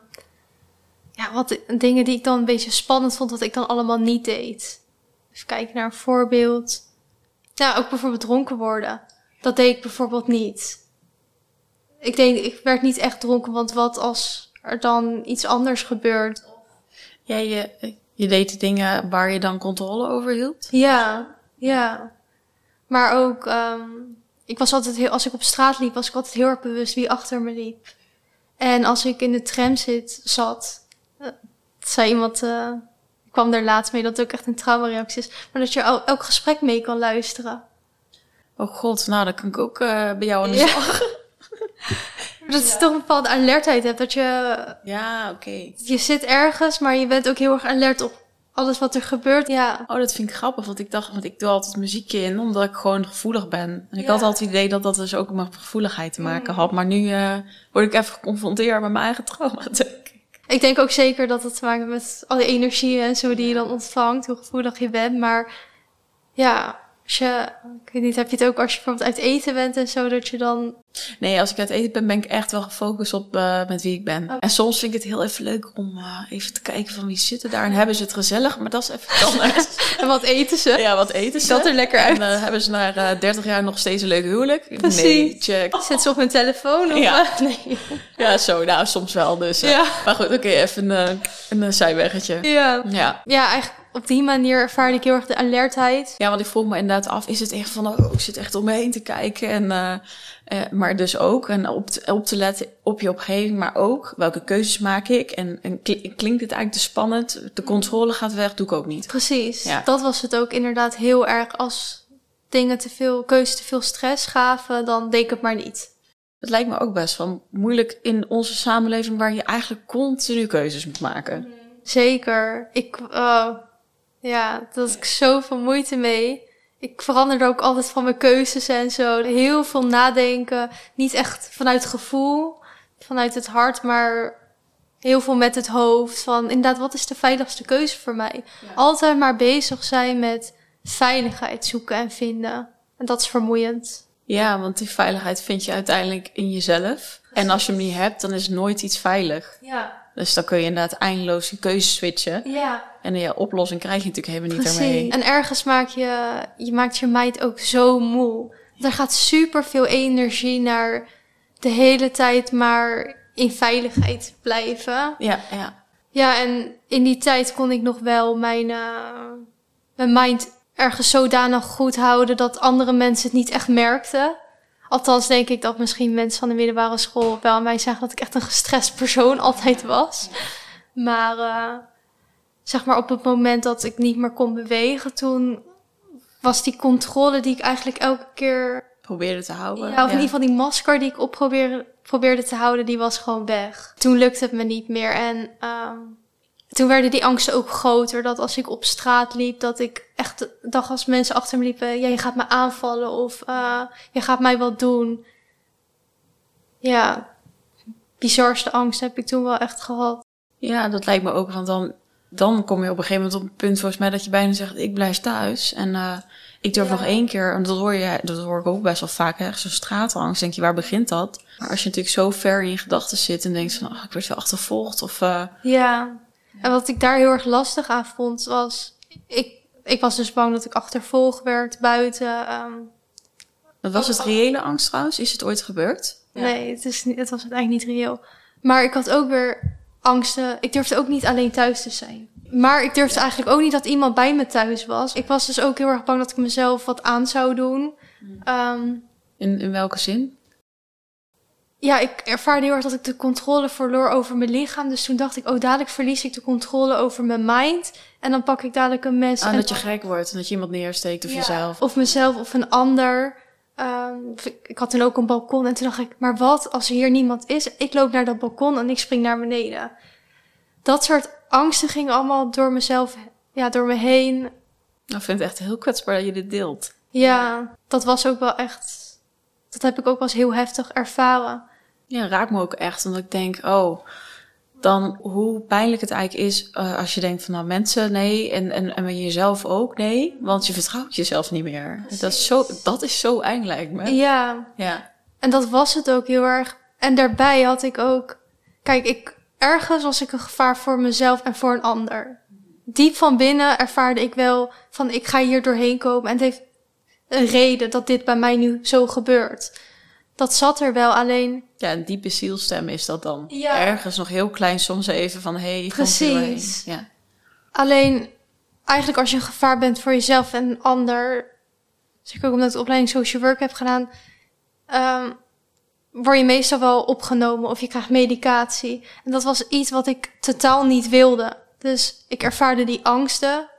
ja, wat dingen die ik dan een beetje spannend vond, wat ik dan allemaal niet deed. Even kijken naar een voorbeeld. Ja, ook bijvoorbeeld dronken worden. Dat deed ik bijvoorbeeld niet. Ik denk, ik werd niet echt dronken, want wat als er dan iets anders gebeurt? Ja, je... Je deed de dingen waar je dan controle over hield? Ja, ja. Maar ook, um, ik was altijd heel, als ik op straat liep, was ik altijd heel erg bewust wie achter me liep. En als ik in de tram zit, zat, uh, zei iemand, uh, ik kwam daar laatst mee, dat het ook echt een traumareactie is, maar dat je el- elk gesprek mee kan luisteren. Oh god, nou, dat kan ik ook uh, bij jou aan de slag. Ja. Dat je ja. toch een bepaalde alertheid hebt. Dat je... Ja, oké. Okay. Je zit ergens, maar je bent ook heel erg alert op alles wat er gebeurt. Ja. Oh, dat vind ik grappig. Want ik dacht, want ik doe altijd muziekje in, omdat ik gewoon gevoelig ben. En ik ja. had altijd het idee dat dat dus ook met gevoeligheid te maken had. Maar nu uh, word ik even geconfronteerd met mijn eigen trauma, denk ik. Ik denk ook zeker dat het te maken heeft met alle energieën en zo die je dan ontvangt. Hoe gevoelig je bent. Maar ja... Als je, ik weet niet, heb je het ook als je bijvoorbeeld uit eten bent en zo, dat je dan... Nee, als ik uit eten ben, ben ik echt wel gefocust op uh, met wie ik ben. Okay. En soms vind ik het heel even leuk om uh, even te kijken van wie zitten daar en hebben ze het gezellig, maar dat is even anders. En wat eten ze? Ja, wat eten ze? Dat er lekker uit. En uh, hebben ze na uh, dertig jaar nog steeds een leuk huwelijk? Precies. Nee, check. Zit ze op hun telefoon? Of ja. Uh, nee. Ja, zo, nou, soms wel dus. Uh, ja. Maar goed, oké, okay, even uh, een uh, zijweggetje. Ja. Ja. Ja, eigenlijk... Op die manier ervaarde ik heel erg de alertheid. Ja, want ik vroeg me inderdaad af, is het echt van, oh, ik zit echt om me heen te kijken. En, uh, uh, maar dus ook, en op te, op te letten op je omgeving, maar ook, welke keuzes maak ik? En, en klinkt dit eigenlijk te spannend? De controle gaat weg, doe ik ook niet. Precies, ja. Dat was het ook inderdaad heel erg. Als dingen te veel, keuzes te veel stress gaven, dan deed ik het maar niet. Het lijkt me ook best wel moeilijk in onze samenleving, waar je eigenlijk continu keuzes moet maken. Zeker. Ik... Uh, Ja, daar had ik zoveel moeite mee. Ik veranderde ook altijd van mijn keuzes en zo. Heel veel nadenken. Niet echt vanuit gevoel, vanuit het hart, maar heel veel met het hoofd. Van inderdaad, wat is de veiligste keuze voor mij? Ja. Altijd maar bezig zijn met veiligheid zoeken en vinden. En dat is vermoeiend. Ja, want die veiligheid vind je uiteindelijk in jezelf. En als je hem niet hebt, dan is nooit iets veilig. Ja. Dus dan kun je inderdaad eindeloos je keuze switchen. Ja. En ja, oplossing krijg je natuurlijk helemaal niet Precies. daarmee. En ergens maak je, je maakt je mind ook zo moe. Er gaat super veel energie naar de hele tijd maar in veiligheid blijven. Ja, ja. Ja, en in die tijd kon ik nog wel mijn, uh, mijn mind ergens zodanig goed houden dat andere mensen het niet echt merkten. Althans denk ik dat misschien mensen van de middelbare school wel aan mij zagen dat ik echt een gestrest persoon altijd was. Maar uh, zeg maar op het moment dat ik niet meer kon bewegen, toen was die controle die ik eigenlijk elke keer probeerde te houden. Ja, of in ieder geval die masker die ik op probeerde, probeerde te houden, die was gewoon weg. Toen lukte het me niet meer. En um, toen werden die angsten ook groter. Dat als ik op straat liep, dat ik echt dacht als mensen achter me liepen, ja, je gaat me aanvallen of uh, je gaat mij wat doen. Ja, bizarste angst heb ik toen wel echt gehad. Ja, dat lijkt me ook, want dan, dan kom je op een gegeven moment op een punt volgens mij dat je bijna zegt, ik blijf thuis. En uh, ik durf ja. nog één keer, en dat hoor je, dat hoor ik ook best wel vaak, hè, zo'n straatangst. Denk je, waar begint dat? Maar als je natuurlijk zo ver in je gedachten zit en denkt van, oh, ik word wel achtervolgd of... Uh... Ja, en wat ik daar heel erg lastig aan vond was, ik, ik was dus bang dat ik achtervolgd werd buiten. Um... Wat was het reële angst trouwens? Is het ooit gebeurd? Ja. Nee, het, is niet, het was eigenlijk niet reëel. Maar ik had ook weer angsten. Ik durfde ook niet alleen thuis te zijn. Maar ik durfde ja. eigenlijk ook niet dat iemand bij me thuis was. Ik was dus ook heel erg bang dat ik mezelf wat aan zou doen. Um, in, in welke zin? Ja, ik ervaarde heel erg dat ik de controle verloor over mijn lichaam. Dus toen dacht ik, oh, dadelijk verlies ik de controle over mijn mind. En dan pak ik dadelijk een mes. Ah, en dat je dan... gek wordt en dat je iemand neersteekt of ja, jezelf. Of mezelf of een ander. Um, ik, ik had toen ook een balkon en toen dacht ik, maar wat als er hier niemand is? Ik loop naar dat balkon en ik spring naar beneden. Dat soort angsten gingen allemaal door mezelf, ja, door me heen. Ik vind het echt heel kwetsbaar dat je dit deelt. Ja, dat was ook wel echt, dat heb ik ook wel eens heel heftig ervaren. Ja, raakt me ook echt, omdat ik denk, oh, dan hoe pijnlijk het eigenlijk is uh, als je denkt van, nou mensen, nee, en, en, en met jezelf ook, nee, want je vertrouwt jezelf niet meer. Dat is zo, dat is zo eng, lijkt me. Ja. Ja. En dat was het ook heel erg. En daarbij had ik ook, kijk, ik, ergens was ik een gevaar voor mezelf en voor een ander. Diep van binnen ervaarde ik wel van, ik ga hier doorheen komen en het heeft een reden dat dit bij mij nu zo gebeurt. Dat zat er wel, alleen... Ja, een diepe zielstem is dat dan. Ja. Ergens nog heel klein, soms even van, hé, hey, precies. Ja. Alleen, eigenlijk als je een gevaar bent voor jezelf en een ander... Zeker ook omdat ik de opleiding social work heb gedaan... Um, word je meestal wel opgenomen of je krijgt medicatie. En dat was iets wat ik totaal niet wilde. Dus ik ervaarde die angsten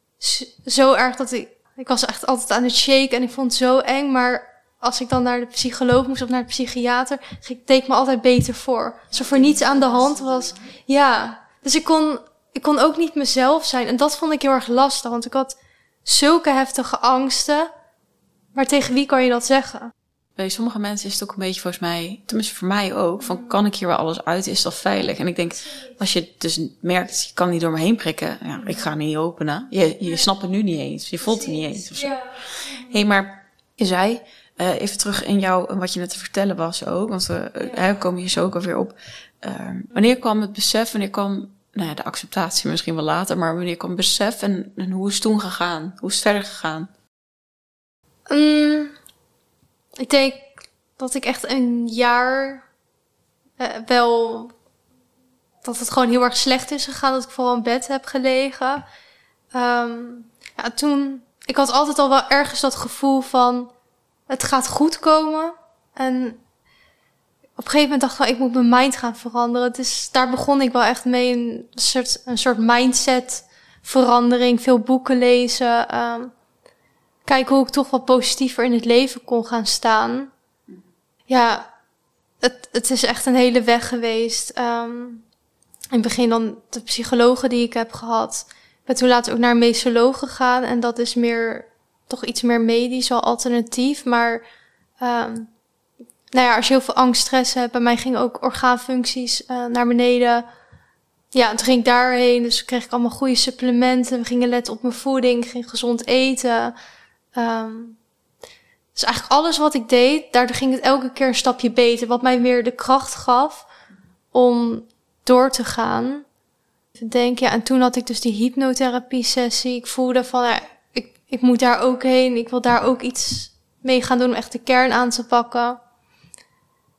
zo erg dat ik... Ik was echt altijd aan het shaken en ik vond het zo eng, maar... Als ik dan naar de psycholoog moest of naar de psychiater, deed ik me altijd beter voor. Alsof er niets aan de hand was. Ja, dus ik kon, ik kon ook niet mezelf zijn. En dat vond ik heel erg lastig, want ik had zulke heftige angsten. Maar tegen wie kan je dat zeggen? Bij sommige mensen is het ook een beetje volgens mij, tenminste voor mij ook, van kan ik hier wel alles uit, is dat veilig? En ik denk, als je dus merkt, je kan niet door me heen prikken, ja, ik ga niet openen. Je, je snapt het nu niet eens, je voelt het niet eens. Of zo. Hé, hey, maar je zei... Uh, even terug in jou, wat je net te vertellen was ook. Want we uh, komen hier zo ook alweer op. Uh, wanneer kwam het besef, wanneer kwam nou ja, de acceptatie misschien wel later, maar wanneer kwam het besef en, en hoe is het toen gegaan? Hoe is het verder gegaan? Um, ik denk dat ik echt een jaar uh, wel... dat het gewoon heel erg slecht is gegaan. Dat ik vooral in bed heb gelegen. Um, ja, toen... Ik had altijd al wel ergens dat gevoel van... Het gaat goed komen. En op een gegeven moment dacht ik van, ik moet mijn mind gaan veranderen. Dus daar begon ik wel echt mee. Een soort, een soort mindset verandering. Veel boeken lezen. Um, kijken hoe ik toch wat positiever in het leven kon gaan staan. Ja, het, het is echt een hele weg geweest. Um, in het begin dan de psychologen die ik heb gehad. Ik ben toen later ook naar een mesoloog gegaan. En dat is meer... toch iets meer medisch, wel alternatief. Maar um, nou ja, als je heel veel angst, stress hebt... bij mij gingen ook orgaanfuncties uh, naar beneden. Ja, toen ging ik daarheen. Dus kreeg ik allemaal goede supplementen. We gingen letten op mijn voeding. Ik ging gezond eten. Um, dus eigenlijk alles wat ik deed... daardoor ging het elke keer een stapje beter. Wat mij weer de kracht gaf om door te gaan. Ik denk, ja, en toen had ik dus die hypnotherapie-sessie. Ik voelde van... Ja, Ik moet daar ook heen. Ik wil daar ook iets mee gaan doen om echt de kern aan te pakken.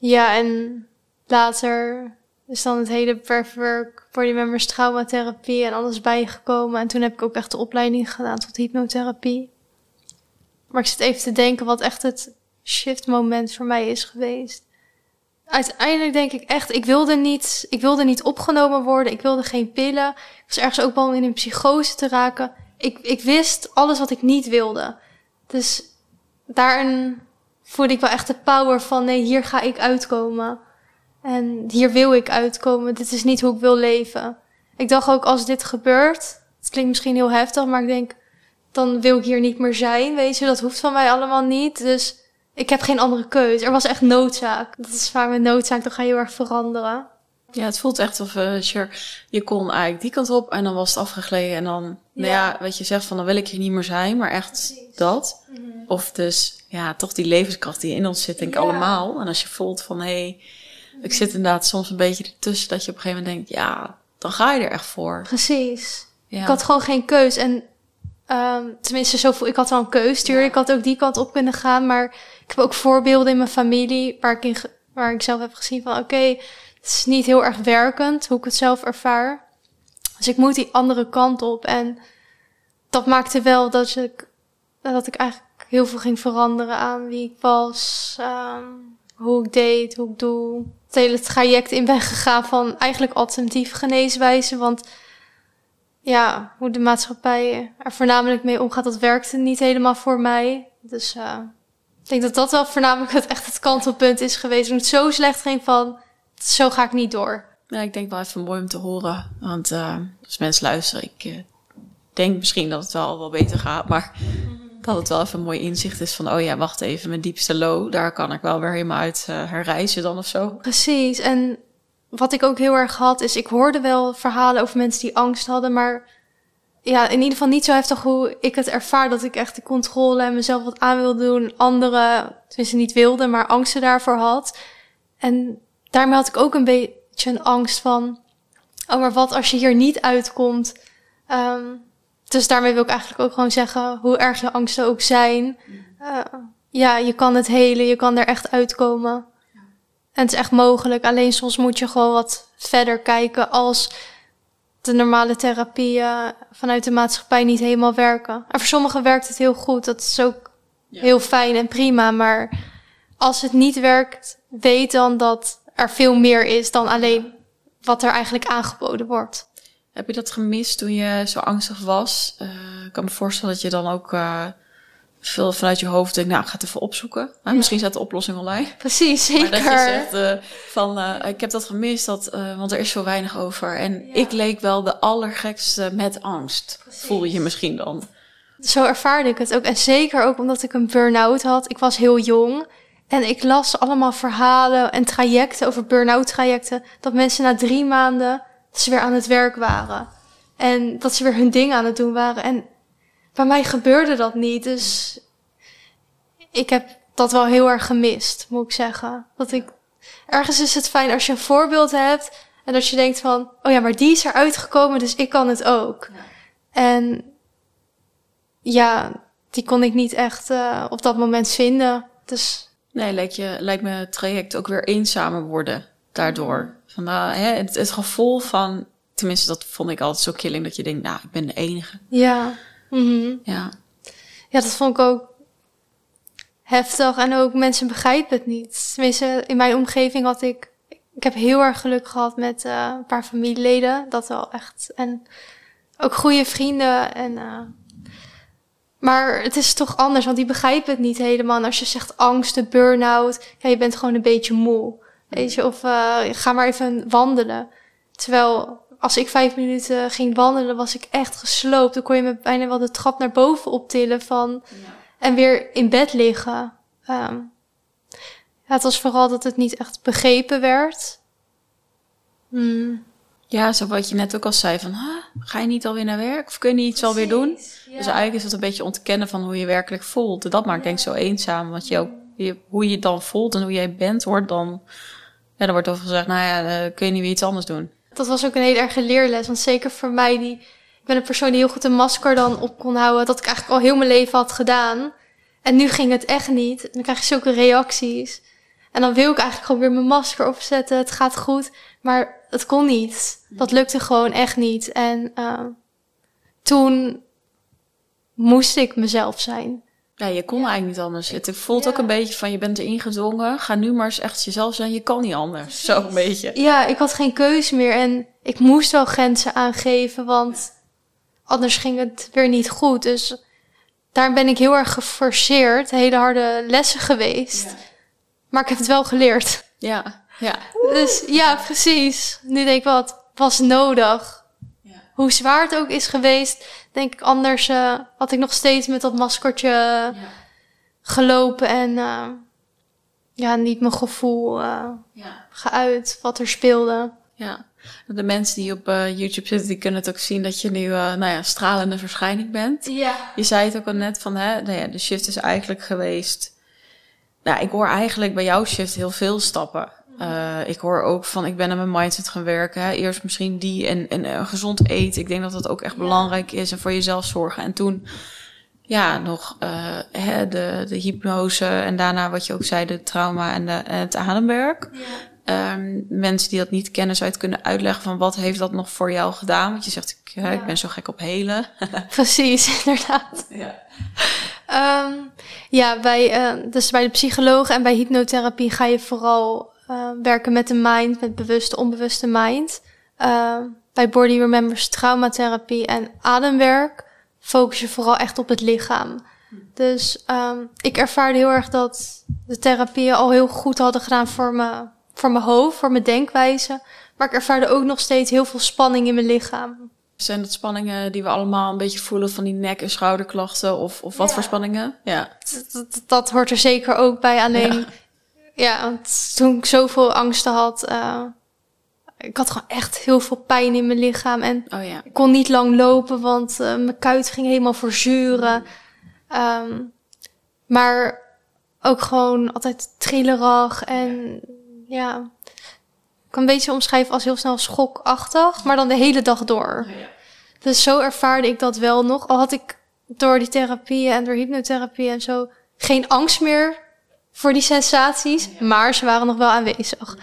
Ja, en later is dan het hele perfwerk body members traumatherapie en alles bijgekomen. En toen heb ik ook echt de opleiding gedaan tot hypnotherapie. Maar ik zit even te denken wat echt het shiftmoment voor mij is geweest. Uiteindelijk denk ik echt, ik wilde niet, ik wilde niet opgenomen worden. Ik wilde geen pillen. Ik was ergens ook bang om in een psychose te raken. Ik, ik wist alles wat ik niet wilde. Dus daarin voelde ik wel echt de power van, nee, hier ga ik uitkomen. En hier wil ik uitkomen. Dit is niet hoe ik wil leven. Ik dacht ook, als dit gebeurt, het klinkt misschien heel heftig, maar ik denk, dan wil ik hier niet meer zijn. Weet je, dat hoeft van mij allemaal niet. Dus ik heb geen andere keus. Er was echt noodzaak. Dat is vaak met noodzaak, dan ga je heel erg veranderen. Ja, het voelt echt of uh, je, je kon eigenlijk die kant op en dan was het afgegleden. En dan, ja. nou ja, wat je zegt van, dan wil ik hier niet meer zijn, maar echt Precies. dat. Mm-hmm. Of dus, ja, toch die levenskracht die in ons zit, denk ik ja. allemaal. En als je voelt van, hé, hey, ik zit inderdaad soms een beetje ertussen, dat je op een gegeven moment denkt, ja, dan ga je er echt voor. Precies. Ja. Ik had gewoon geen keus. En um, tenminste, zo voel, ik had wel een keus. Tuurlijk, ja. ik had ook die kant op kunnen gaan. Maar ik heb ook voorbeelden in mijn familie waar ik, in, waar ik zelf heb gezien van, oké, okay, het is niet heel erg werkend, hoe ik het zelf ervaar. Dus ik moet die andere kant op. En dat maakte wel dat ik, dat ik eigenlijk heel veel ging veranderen aan wie ik was, um, hoe ik deed, hoe ik doe. Het hele traject in ben gegaan van eigenlijk alternatieve geneeswijzen. Want ja, hoe de maatschappij er voornamelijk mee omgaat, dat werkte niet helemaal voor mij. Dus uh, ik denk dat dat wel voornamelijk het, echt het kantelpunt is geweest. Toen het zo slecht ging van, zo ga ik niet door. Ja, ik denk wel even mooi om te horen. Want uh, als mensen luisteren, ik uh, denk misschien dat het wel, wel beter gaat. Maar dat het wel even een mooi inzicht is van, oh ja, wacht even, mijn diepste low, daar kan ik wel weer helemaal uit uh, herreizen dan of zo. Precies. En wat ik ook heel erg had, is ik hoorde wel verhalen over mensen die angst hadden, maar ja, in ieder geval niet zo heftig hoe ik het ervaar, dat ik echt de controle en mezelf wat aan wilde doen, anderen, tenminste niet wilde, maar angsten daarvoor had. En daarmee had ik ook een beetje een angst van, oh, maar wat als je hier niet uitkomt? Um, dus daarmee wil ik eigenlijk ook gewoon zeggen, hoe erg je angsten ook zijn. Uh, ja, je kan het helen, je kan er echt uitkomen. En het is echt mogelijk. Alleen soms moet je gewoon wat verder kijken als de normale therapieën vanuit de maatschappij niet helemaal werken. En voor sommigen werkt het heel goed. Dat is ook ja. heel fijn en prima. Maar als het niet werkt, weet dan dat er veel meer is dan alleen wat er eigenlijk aangeboden wordt. Heb je dat gemist toen je zo angstig was? Uh, ik kan me voorstellen dat je dan ook uh, veel vanuit je hoofd denkt, nou, ik ga het even opzoeken. Ja. Misschien staat de oplossing online. Precies, zeker. Maar dat je zegt uh, van, uh, ik heb dat gemist, dat, uh, want er is zo weinig over. En ja. ik leek wel de allergekste met angst. Precies. Voel je misschien dan? Zo ervaarde ik het ook. En zeker ook omdat ik een burn-out had. Ik was heel jong. En ik las allemaal verhalen en trajecten over burn-out trajecten. Dat mensen na drie maanden, dat ze weer aan het werk waren. En dat ze weer hun ding aan het doen waren. En bij mij gebeurde dat niet. Dus ik heb dat wel heel erg gemist, moet ik zeggen. Dat ik, ergens is het fijn als je een voorbeeld hebt. En dat je denkt van, oh ja, maar die is eruit gekomen, dus ik kan het ook. Ja. En ja, die kon ik niet echt uh, op dat moment vinden. Dus nee, lijkt, je, lijkt me het traject ook weer eenzamer worden daardoor. Van, uh, hè, het, het gevoel van, tenminste dat vond ik altijd zo killing, dat je denkt, nou, ik ben de enige. Ja. Mm-hmm. Ja. Ja, dat vond ik ook heftig. En ook mensen begrijpen het niet. Tenminste, in mijn omgeving had ik, ik heb heel erg geluk gehad met uh, een paar familieleden. Dat wel echt. En ook goede vrienden. En, uh, maar het is toch anders, want die begrijpen het niet helemaal. En als je zegt angst, burn-out, ja, je bent gewoon een beetje moe. Weet je, of uh, ga maar even wandelen. Terwijl als ik vijf minuten ging wandelen, was ik echt gesloopt. Dan kon je me bijna wel de trap naar boven optillen van, ja. En weer in bed liggen. Um, ja, het was vooral dat het niet echt begrepen werd. Hmm. Ja, zo wat je net ook al zei van, huh, ga je niet alweer naar werk? Of kun je niet iets alweer doen? Ja. Dus eigenlijk is het een beetje ontkennen van hoe je werkelijk voelt. En dat maakt ja. denk ik zo eenzaam. Want je ook, je, hoe je het dan voelt en hoe jij bent, wordt dan, ja, dan wordt over gezegd, nou ja, dan kun je niet weer iets anders doen. Dat was ook een hele erge leerles. Want zeker voor mij, die, ik ben een persoon die heel goed een masker dan op kon houden. Dat ik eigenlijk al heel mijn leven had gedaan. En nu ging het echt niet. En dan krijg je zulke reacties. En dan wil ik eigenlijk gewoon weer mijn masker opzetten. Het gaat goed. Maar het kon niet. Dat lukte gewoon echt niet. En uh, toen moest ik mezelf zijn. Ja, je kon ja. eigenlijk niet anders. Het voelt ja. ook een beetje van, je bent erin gedwongen. Ga nu maar eens echt jezelf zijn. Je kan niet anders. Precies. Zo een beetje. Ja, ik had geen keuze meer. En ik moest wel grenzen aangeven. Want anders ging het weer niet goed. Dus daar ben ik heel erg geforceerd. Hele harde lessen geweest. Ja. Maar ik heb het wel geleerd. Ja, ja. Dus ja, precies. Nu denk ik wel, het was nodig. Ja. Hoe zwaar het ook is geweest, denk ik anders uh, had ik nog steeds met dat maskertje ja. gelopen en uh, ja, niet mijn gevoel uh, ja. geuit wat er speelde. Ja, de mensen die op uh, YouTube zitten, die kunnen het ook zien dat je nu uh, nou ja, stralende verschijning bent. Ja. Je zei het ook al net van, hè, nou ja, de shift is eigenlijk geweest. Nou, ik hoor eigenlijk bij jouw shift heel veel stappen. Uh, ik hoor ook van, ik ben aan mijn mindset gaan werken. Hè. Eerst misschien die en, en uh, gezond eten. Ik denk dat dat ook echt ja. belangrijk is. En voor jezelf zorgen. En toen, ja, nog uh, hè, de, de hypnose. En daarna wat je ook zei, de trauma en, de, en het ademwerk. Ja. Um, mensen die dat niet kennen, zou je het kunnen uitleggen van wat heeft dat nog voor jou gedaan? Want je zegt, ik, ja. ik ben zo gek op helen. Precies, inderdaad. Ja. Um, ja, bij, uh, dus bij de psycholoog en bij hypnotherapie ga je vooral uh, werken met de mind, met bewuste, onbewuste mind. Uh, bij Body Remembers traumatherapie en ademwerk focus je vooral echt op het lichaam. Dus um, ik ervaarde heel erg dat de therapieën al heel goed hadden gedaan voor me, voor mijn hoofd, voor mijn denkwijze. Maar ik ervaarde ook nog steeds heel veel spanning in mijn lichaam. Zijn dat spanningen die we allemaal een beetje voelen van die nek- en schouderklachten? Of, of wat ja. voor spanningen? Ja. Dat, dat, dat hoort er zeker ook bij. Alleen, ja, ja want toen ik zoveel angsten had, uh, ik had gewoon echt heel veel pijn in mijn lichaam. En oh, ja. ik kon niet lang lopen, want uh, mijn kuit ging helemaal verzuren. Um, maar ook gewoon altijd trillerig en ja... ja. Ik kan een beetje omschrijven als heel snel schokachtig, maar dan de hele dag door. Ja. Dus zo ervaarde ik dat wel nog. Al had ik door die therapieën en door hypnotherapie en zo geen angst meer voor die sensaties, ja. maar ze waren nog wel aanwezig.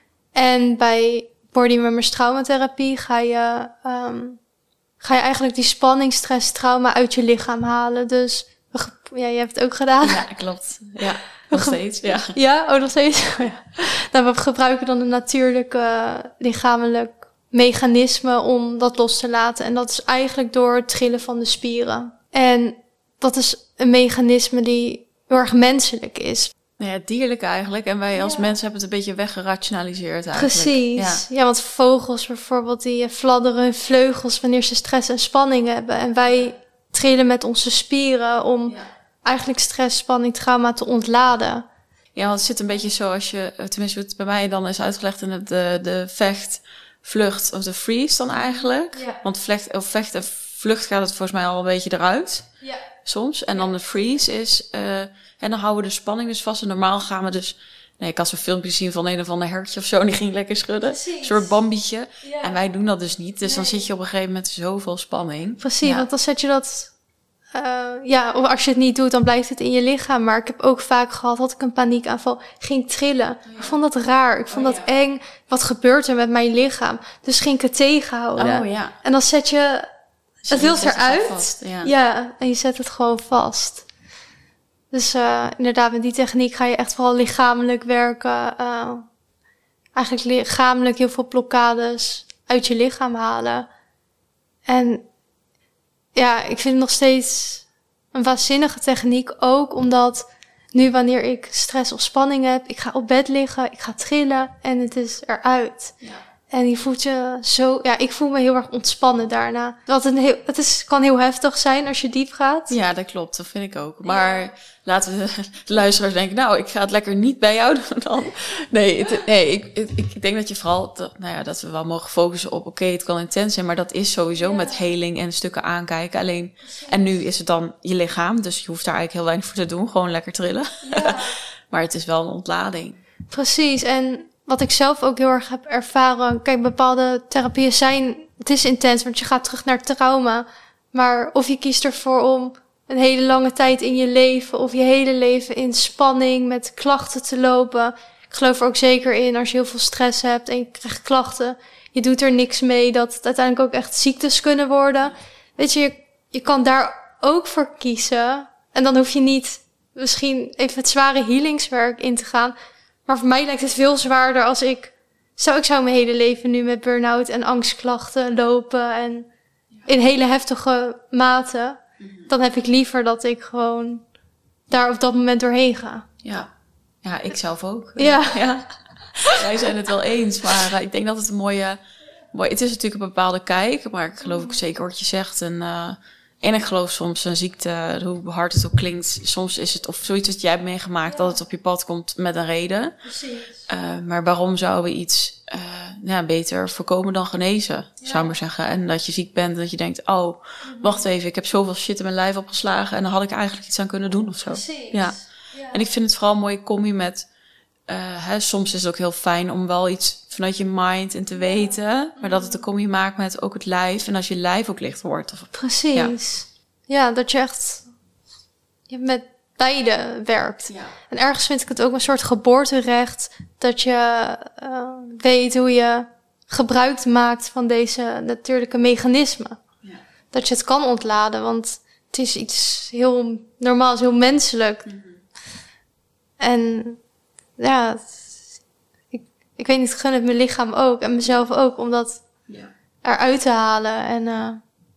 En bij Body Remembers traumatherapie ga je, um, ga je eigenlijk die spanning, stress, trauma uit je lichaam halen. Dus ja, je hebt het ook gedaan. Ja, klopt. Ja. Nog steeds, ja. Ja, oh, nog steeds. Ja. Nou, we gebruiken dan een natuurlijke uh, lichamelijk mechanisme om dat los te laten. En dat is eigenlijk door het trillen van de spieren. En dat is een mechanisme die heel erg menselijk is. Nou ja, dierlijk eigenlijk. En wij als ja. mensen hebben het een beetje weggerationaliseerd eigenlijk. Precies. Ja. ja, want vogels bijvoorbeeld, die fladderen hun vleugels wanneer ze stress en spanning hebben. En wij trillen met onze spieren om... Ja. eigenlijk stress, spanning, trauma te ontladen. Ja, want het zit een beetje zo als je... Tenminste, wat bij mij dan is uitgelegd in het, de, de vecht, vlucht of de freeze dan eigenlijk. Ja. Want vlecht, of vecht en vlucht gaat het volgens mij al een beetje eruit. Ja. Soms. En dan de freeze is... Uh, en dan houden we de spanning dus vast. En normaal gaan we dus... Nee, ik had zo'n filmpje zien van een of ander hertje of zo. En die ging lekker schudden. Precies. Een soort bambietje. Ja. En wij doen dat dus niet. Dus nee. dan zit je op een gegeven moment zoveel spanning. Precies, ja. want dan zet je dat... Uh, ja, of als je het niet doet, dan blijft het in je lichaam. Maar ik heb ook vaak gehad, had ik een paniekaanval, ging trillen. Oh, ja. Ik vond dat raar, ik vond oh, dat ja. eng. Wat gebeurt er met mijn lichaam? Dus ging ik het tegenhouden. Oh, ja. En dan zet je dus het wild eruit. Ja. ja, en je zet het gewoon vast. Dus uh, inderdaad, met die techniek ga je echt vooral lichamelijk werken. Uh, eigenlijk lichamelijk heel veel blokkades uit je lichaam halen. En... ja, ik vind het nog steeds een waanzinnige techniek. Ook omdat nu wanneer ik stress of spanning heb... ik ga op bed liggen, ik ga trillen en het is eruit. Ja. En je voelt je zo... ja, ik voel me heel erg ontspannen daarna. Wat een heel, het is, kan heel heftig zijn als je diep gaat. Ja, dat klopt. Dat vind ik ook. Maar ja. laten we de luisteraars denken... nou, ik ga het lekker niet bij jou doen dan. Nee, het, nee ik, ik, ik denk dat je vooral... Dat, nou ja, dat we wel mogen focussen op... oké, okay, het kan intens zijn... maar dat is sowieso ja. met heling en stukken aankijken. Alleen... en nu is het dan je lichaam... dus je hoeft daar eigenlijk heel weinig voor te doen. Gewoon lekker trillen. Ja. Maar het is wel een ontlading. Precies. En... wat ik zelf ook heel erg heb ervaren... kijk, bepaalde therapieën zijn... het is intens, want je gaat terug naar trauma. Maar of je kiest ervoor om... een hele lange tijd in je leven... of je hele leven in spanning... met klachten te lopen. Ik ik geloof er ook zeker in, als je heel veel stress hebt en je krijgt klachten, je doet er niks mee, dat het uiteindelijk ook echt ziektes kunnen worden. Weet je, je, je kan daar ook voor kiezen. En dan hoef je niet misschien even het zware healingswerk in te gaan. Maar voor mij lijkt het veel zwaarder als ik... Zou ik zou mijn hele leven nu met burn-out en angstklachten lopen en in hele heftige mate. Dan heb ik liever dat ik gewoon daar op dat moment doorheen ga. Ja, ja ik zelf ook. Ja. ja. Wij zijn het wel eens, maar uh, ik denk dat het een mooie... mooi, het is natuurlijk een bepaalde kijk, maar ik geloof ook zeker wat je zegt. En, uh, en ik geloof soms een ziekte, hoe hard het ook klinkt, soms is het, of zoiets wat jij hebt meegemaakt, ja. dat het op je pad komt met een reden. Precies. Uh, maar waarom zouden we iets uh, ja, beter voorkomen dan genezen, ja. zou ik maar zeggen. En dat je ziek bent en dat je denkt, oh, mm-hmm. wacht even, ik heb zoveel shit in mijn lijf opgeslagen en dan had ik eigenlijk iets aan kunnen doen of zo. Precies. Ja. Ja. En ik vind het vooral mooi combi met, uh, hè, soms is het ook heel fijn om wel iets vanuit je mind in te weten, maar dat het een combi maakt met ook het lijf en als je lijf ook licht wordt. Of, Precies. Ja. ja, dat je echt je met beide werkt. Ja. En ergens vind ik het ook een soort geboorterecht dat je uh, weet hoe je gebruik maakt van deze natuurlijke mechanismen. Ja. Dat je het kan ontladen, want het is iets heel normaals, heel menselijk. Mm-hmm. En ja, ik, ik weet niet, ik gun het mijn lichaam ook en mezelf ook om dat ja. eruit te halen. En uh,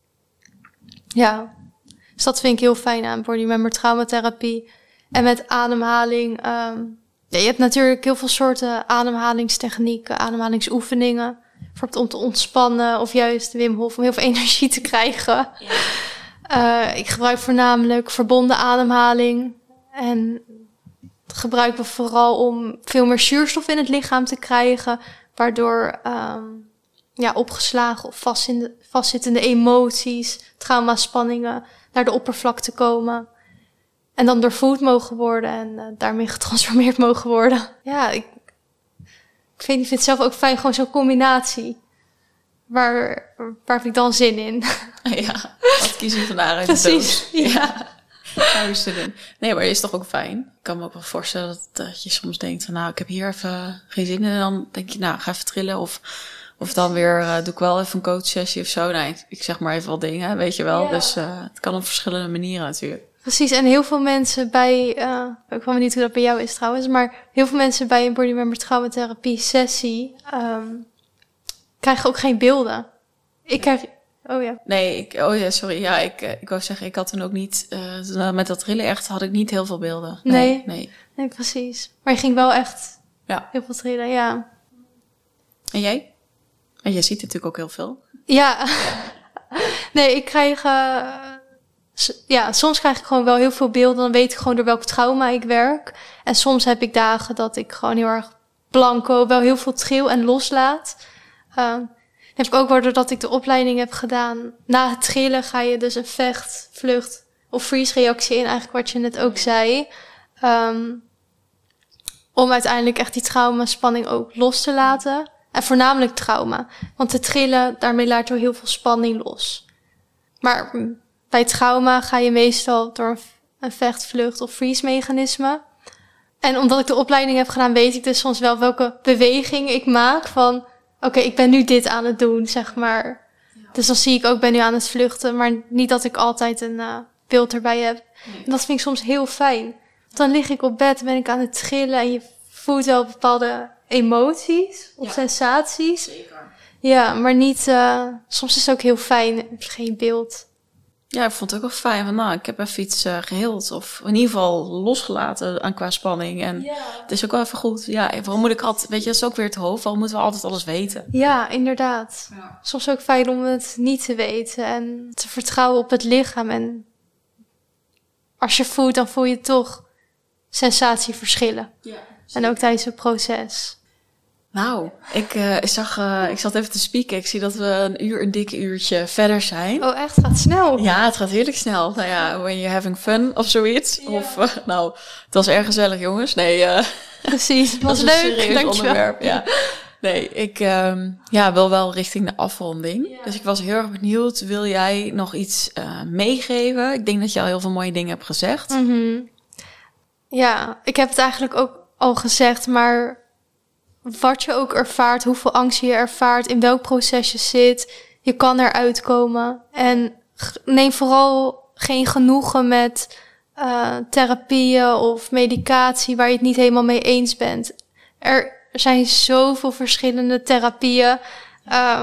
ja, dus dat vind ik heel fijn aan Body Remember traumatherapie. En met ademhaling. Um, ja, je hebt natuurlijk heel veel soorten ademhalingstechnieken, ademhalingsoefeningen. Bijvoorbeeld om te ontspannen of juist Wim Hof om heel veel energie te krijgen. Ja. Uh, ik gebruik voornamelijk verbonden ademhaling. En dat gebruiken we vooral om veel meer zuurstof in het lichaam te krijgen. Waardoor um, ja, opgeslagen of vastzin- vastzittende emoties, traumaspanningen naar de oppervlakte komen. En dan doorvoeld mogen worden en uh, daarmee getransformeerd mogen worden. Ja, ik, ik weet niet, ik vind het zelf ook fijn, gewoon zo'n combinatie. Waar, waar heb ik dan zin in? Ja, wat kies je vandaag uit de doos? Precies, ja. ja. Daar heb je zin in. Nee, maar het is toch ook fijn. Ik kan me ook wel voorstellen dat, dat je soms denkt van, nou, ik heb hier even geen zin in. En dan denk je, nou, ga even trillen. Of, of dan weer, uh, doe ik wel even een coachsessie of zo. Nee, ik zeg maar even wat dingen, weet je wel. Ja. Dus uh, het kan op verschillende manieren natuurlijk. Precies, en heel veel mensen bij, uh, ik ben benieuwd hoe dat bij jou is trouwens, maar heel veel mensen bij een Body Remember traumatherapie sessie um, krijgen ook geen beelden. Ik krijg, oh ja. Nee, ik, oh ja, sorry. Ja, ik, ik wou zeggen, ik had toen ook niet, uh, met dat trillen echt had ik niet heel veel beelden. Nee, nee, nee. nee precies. Maar je ging wel echt ja. heel veel trillen, ja. En jij? En jij ziet natuurlijk ook heel veel. Ja. Nee, ik krijg, uh, ja, soms krijg ik gewoon wel heel veel beelden. Dan weet ik gewoon door welk trauma ik werk. En soms heb ik dagen dat ik gewoon heel erg blanco wel heel veel tril en loslaat. Uh, heb ik ook wel doordat ik de opleiding heb gedaan. Na het trillen ga je dus een vecht, vlucht of freeze reactie in. Eigenlijk wat je net ook zei. Um, om uiteindelijk echt die traumaspanning ook los te laten. En voornamelijk trauma. Want te trillen, daarmee laat je heel veel spanning los. Maar bij trauma ga je meestal door een vecht, vlucht of freeze mechanisme. En omdat ik de opleiding heb gedaan, weet ik dus soms wel welke beweging ik maak van, oké, okay, ik ben nu dit aan het doen, zeg maar. Ja. Dus dan zie ik ook, ik ben nu aan het vluchten, maar niet dat ik altijd een uh, beeld erbij heb. Nee. En dat vind ik soms heel fijn. Want dan lig ik op bed, ben ik aan het trillen en je voelt wel bepaalde emoties of ja. sensaties. Zeker. Ja, maar niet, uh, soms is het ook heel fijn, geen beeld. Ja, ik vond het ook wel fijn van, nou, ik heb even iets uh, geheeld of in ieder geval losgelaten aan qua spanning. En ja. het is ook wel even goed. Ja, waarom moet ik altijd, weet je, dat is ook weer het hoofd. Waarom moeten we altijd alles weten? Ja, inderdaad. Ja. Soms ook fijn om het niet te weten en te vertrouwen op het lichaam. En als je voelt, dan voel je toch sensatieverschillen. Ja, en ook tijdens het proces. Nou, ik, uh, ik zag, uh, ik zat even te spieken. Ik zie dat we een uur, een dikke uurtje verder zijn. Oh, echt? Het gaat snel. Ja, het gaat heerlijk snel. Nou ja, when you're having fun of zoiets. Ja. Of, uh, nou, het was erg gezellig, jongens. Nee, uh, precies. Het was een leuk. serieus onderwerp. Ja. Nee, ik um, ja, wil wel richting de afronding. Ja. Dus ik was heel erg benieuwd. Wil jij nog iets uh, meegeven? Ik denk dat je al heel veel mooie dingen hebt gezegd. Mm-hmm. Ja, ik heb het eigenlijk ook al gezegd, maar wat je ook ervaart, hoeveel angst je ervaart, in welk proces je zit, je kan eruit komen. En neem vooral geen genoegen met uh, therapieën of medicatie waar je het niet helemaal mee eens bent. Er zijn zoveel verschillende therapieën. Uh,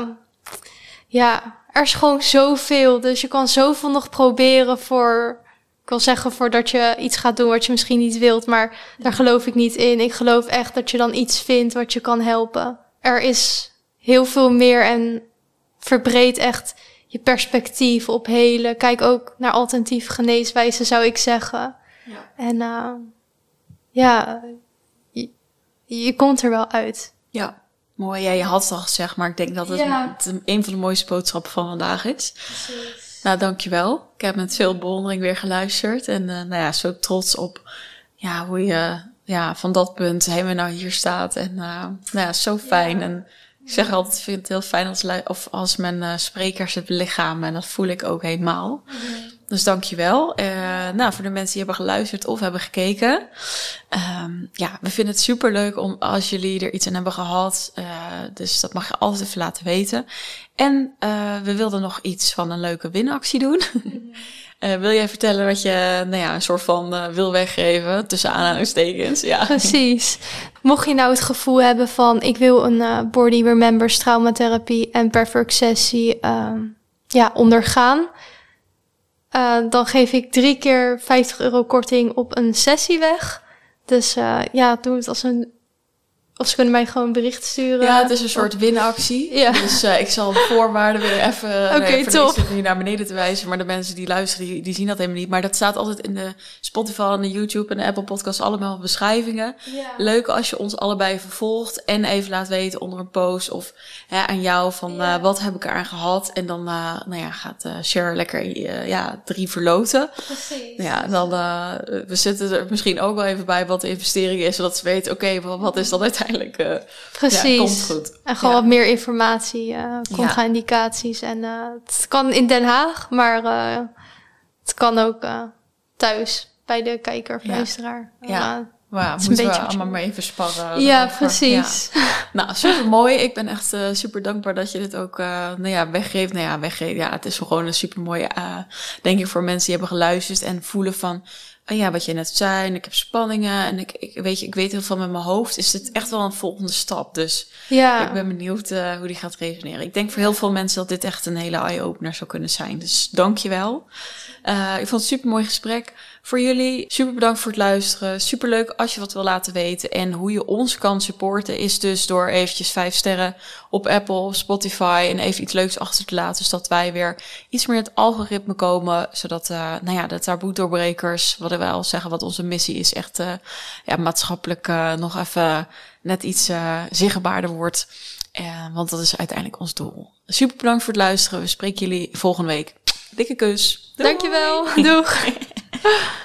ja, er is gewoon zoveel. Dus je kan zoveel nog proberen voor... Ik wil zeggen voordat je iets gaat doen wat je misschien niet wilt, maar daar geloof ik niet in. Ik geloof echt dat je dan iets vindt wat je kan helpen. Er is heel veel meer en verbreed echt je perspectief op helen. Kijk ook naar alternatieve geneeswijzen, zou ik zeggen. Ja. En uh, ja, je, je komt er wel uit. Ja, mooi. Ja, je had het al gezegd, maar ik denk dat het, ja. het een van de mooiste boodschappen van vandaag is. Precies. Nou, dankjewel. Ik heb met veel bewondering weer geluisterd. En uh, nou ja, zo trots op ja, hoe je ja, van dat punt helemaal nou hier staat. En uh, nou ja, zo fijn. Ja. En ik zeg altijd, ik vind het heel fijn als, of als mijn uh, sprekers het belichamen. En dat voel ik ook helemaal. Mm-hmm. Dus dankjewel. Uh, nou, voor de mensen die hebben geluisterd of hebben gekeken. Um, ja, we vinden het superleuk om als jullie er iets aan hebben gehad. Uh, dus dat mag je altijd even laten weten. En uh, we wilden nog iets van een leuke winactie doen. Uh, wil jij vertellen wat je nou ja, een soort van uh, wil weggeven tussen aanhalingstekens? Ja. Precies. Mocht je nou het gevoel hebben van ik wil een uh, Body Remembers traumatherapie en breathwork sessie uh, ja, ondergaan. Uh, dan geef ik drie keer vijftig euro korting op een sessie weg. Dus uh, ja, doe het als een... Of ze kunnen mij gewoon een bericht sturen. Ja, het is een soort winactie. Ja. Dus uh, ik zal de voorwaarden weer even... Oké, okay, nee, top. Ik hier naar beneden te wijzen. Maar de mensen die luisteren, die, die zien dat helemaal niet. Maar dat staat altijd in de Spotify en de YouTube en de Apple Podcasts allemaal beschrijvingen. Ja. Leuk als je ons allebei vervolgt. En even laat weten onder een post of hè, aan jou van ja. uh, wat heb ik eraan gehad. En dan uh, nou ja, gaat uh, Cher lekker uh, ja, drie verloten. Precies. Nou ja, dan uh, we zitten er misschien ook wel even bij wat de investering is. Zodat ze weten, oké, okay, wat is dat uiteindelijk? Uh, Precies. Ja, komt goed. En gewoon ja. wat meer informatie, uh, contra-indicaties. En uh, het kan in Den Haag, maar uh, het kan ook uh, thuis bij de kijker of ja. luisteraar. Ja, uh, wow, het is moeten een we beetje allemaal maar even sparren. Ja, over. precies. Ja. Nou, super mooi. Ik ben echt uh, super dankbaar dat je dit ook uh, nou ja, weggeeft. Nou ja, weggeeft. Ja, het is gewoon een super mooie, uh, denk ik, voor mensen die hebben geluisterd en voelen van... Oh ja, wat je net zei, en ik heb spanningen en ik, ik weet je, ik weet heel veel met mijn hoofd. Is dit echt wel een volgende stap? Dus ja. ik ben benieuwd uh, hoe die gaat resoneren. Ik denk voor heel veel mensen dat dit echt een hele eye-opener zou kunnen zijn. Dus dank je wel. Uh, ik vond het een super mooi gesprek. Voor jullie, super bedankt voor het luisteren. Super leuk als je wat wil laten weten. En hoe je ons kan supporten is dus door eventjes vijf sterren op Apple, Spotify en even iets leuks achter te laten. Zodat wij weer iets meer in het algoritme komen. Zodat uh, nou ja, de taboe-doorbrekers, wat wij al zeggen, wat onze missie is, echt uh, ja, maatschappelijk uh, nog even net iets uh, zichtbaarder wordt. Uh, want dat is uiteindelijk ons doel. Super bedankt voor het luisteren. We spreken jullie volgende week. Dikke kus. Doei. Dankjewel. Doeg.